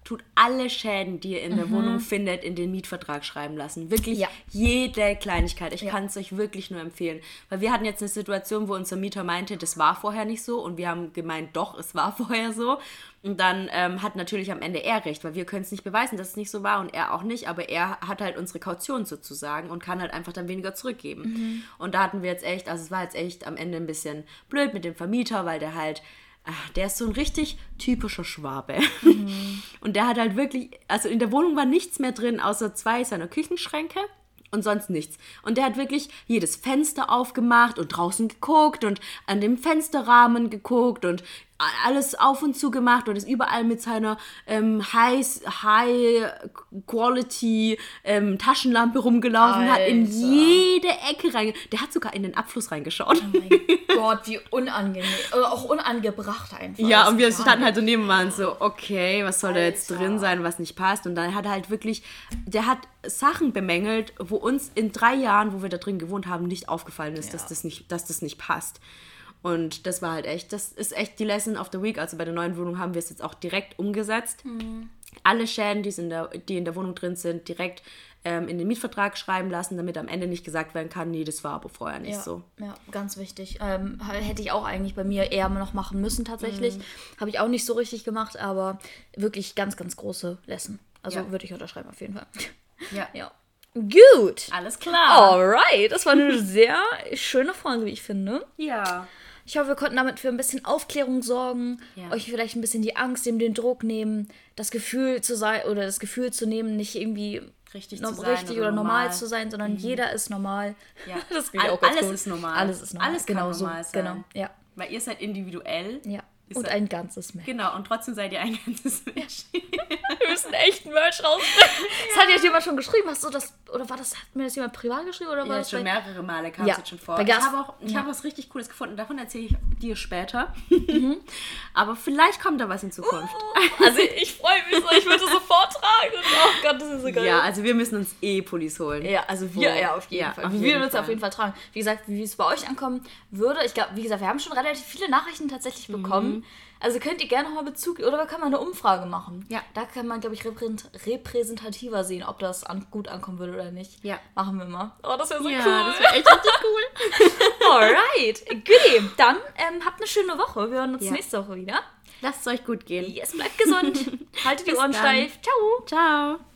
tut alle Schäden, die ihr in der mhm. Wohnung findet, in den Mietvertrag schreiben lassen. Wirklich ja. jede Kleinigkeit. Ich ja. kann es euch wirklich nur empfehlen. Weil wir hatten jetzt eine Situation, wo unser Mieter meinte, das war vorher nicht so. Und wir haben gemeint, doch, es war vorher so. Und dann ähm, hat natürlich am Ende er recht, weil wir können es nicht beweisen, dass es nicht so war und er auch nicht. Aber er hat halt unsere Kaution sozusagen und kann halt einfach dann weniger zurückgeben. Mhm. Und da hatten wir jetzt echt, also es war jetzt echt am Ende ein bisschen blöd mit dem Vermieter, weil der halt, ach, der ist so ein richtig typischer Schwabe. Mhm. Und der hat halt wirklich, also in der Wohnung war nichts mehr drin, außer zwei seiner Küchenschränke. Und sonst nichts. Und der hat wirklich jedes Fenster aufgemacht und draußen geguckt und an dem Fensterrahmen geguckt und alles auf und zu gemacht und ist überall mit seiner ähm, High, High-Quality ähm, Taschenlampe rumgelaufen, Alter. Hat in jede Ecke reingeschaut. Der hat sogar in den Abfluss reingeschaut. Oh mein Gott, wie unangenehm. Oder auch unangebracht einfach. Ja, und wir standen halt so neben und so, okay, was soll Alter. Da jetzt drin sein, was nicht passt. Und dann hat er halt wirklich, der hat Sachen bemängelt, wo uns in drei Jahren, wo wir da drin gewohnt haben, nicht aufgefallen ist, ja. dass, das nicht, dass das nicht passt. Und das war halt echt, das ist echt die Lesson of the Week. Also bei der neuen Wohnung haben wir es jetzt auch direkt umgesetzt. Mhm. Alle Schäden, die in der, die in der Wohnung drin sind, direkt ähm, in den Mietvertrag schreiben lassen, damit am Ende nicht gesagt werden kann, nee, das war aber vorher nicht ja, so. Ja, ganz wichtig. Ähm, hätte ich auch eigentlich bei mir eher noch machen müssen tatsächlich. Mhm. Habe ich auch nicht so richtig gemacht, aber wirklich ganz, ganz große Lesson. Also ja. würde ich unterschreiben auf jeden Fall. Ja. ja. Gut. Alles klar. Alright. Das war eine sehr schöne Folge, wie ich finde. Ja. Ich hoffe, wir konnten damit für ein bisschen Aufklärung sorgen, ja. euch vielleicht ein bisschen die Angst nehmen, den Druck nehmen, das Gefühl zu sein oder das Gefühl zu nehmen, nicht irgendwie richtig, no, zu sein richtig oder, oder normal. normal zu sein, sondern mhm. jeder ist normal. Ja. Das All, auch alles gut. ist normal. Alles ist normal. Alles kann genau normal so. sein. Genau. Ja. Weil ihr seid individuell. Ja. Und ein ganzes Mensch. Genau, und trotzdem seid ihr ein ganzes Mensch. Wir müssen echt Merch rausbringen. Das hat jetzt jemand schon geschrieben. Hast du das, oder war das, hat mir das jemand privat geschrieben? Oder war ja, das schon bei... mehrere Male kam ja. es jetzt schon vor. Bei ich habe auch, ich ja. habe was richtig Cooles gefunden. Davon erzähle ich dir später. Mhm. Aber vielleicht kommt da was in Zukunft. Uh, also ich freue mich so, ich würde es sofort tragen. Oh Gott, das ist so geil. Ja, also wir müssen uns eh Pullis holen. Ja, also wir, ja, auf jeden ja, Fall. Auf wir jeden würden uns auf jeden Fall tragen. Wie gesagt, wie es bei euch ankommen würde, ich glaube, wie gesagt, wir haben schon relativ viele Nachrichten tatsächlich bekommen. Mhm. Also könnt ihr gerne nochmal Bezug, oder wir können mal eine Umfrage machen. Ja. Da kann man, glaube ich, repräsentativer sehen, ob das an, gut ankommen würde oder nicht. Ja. Machen wir mal. Oh, das wäre so ja, cool. Ja, das wäre echt richtig cool. Alright. Goodie. Dann ähm, habt eine schöne Woche. Wir hören uns ja. nächste Woche wieder. Lasst es euch gut gehen. Yes, bleibt gesund. Haltet die Ohren steif. Ciao. Ciao.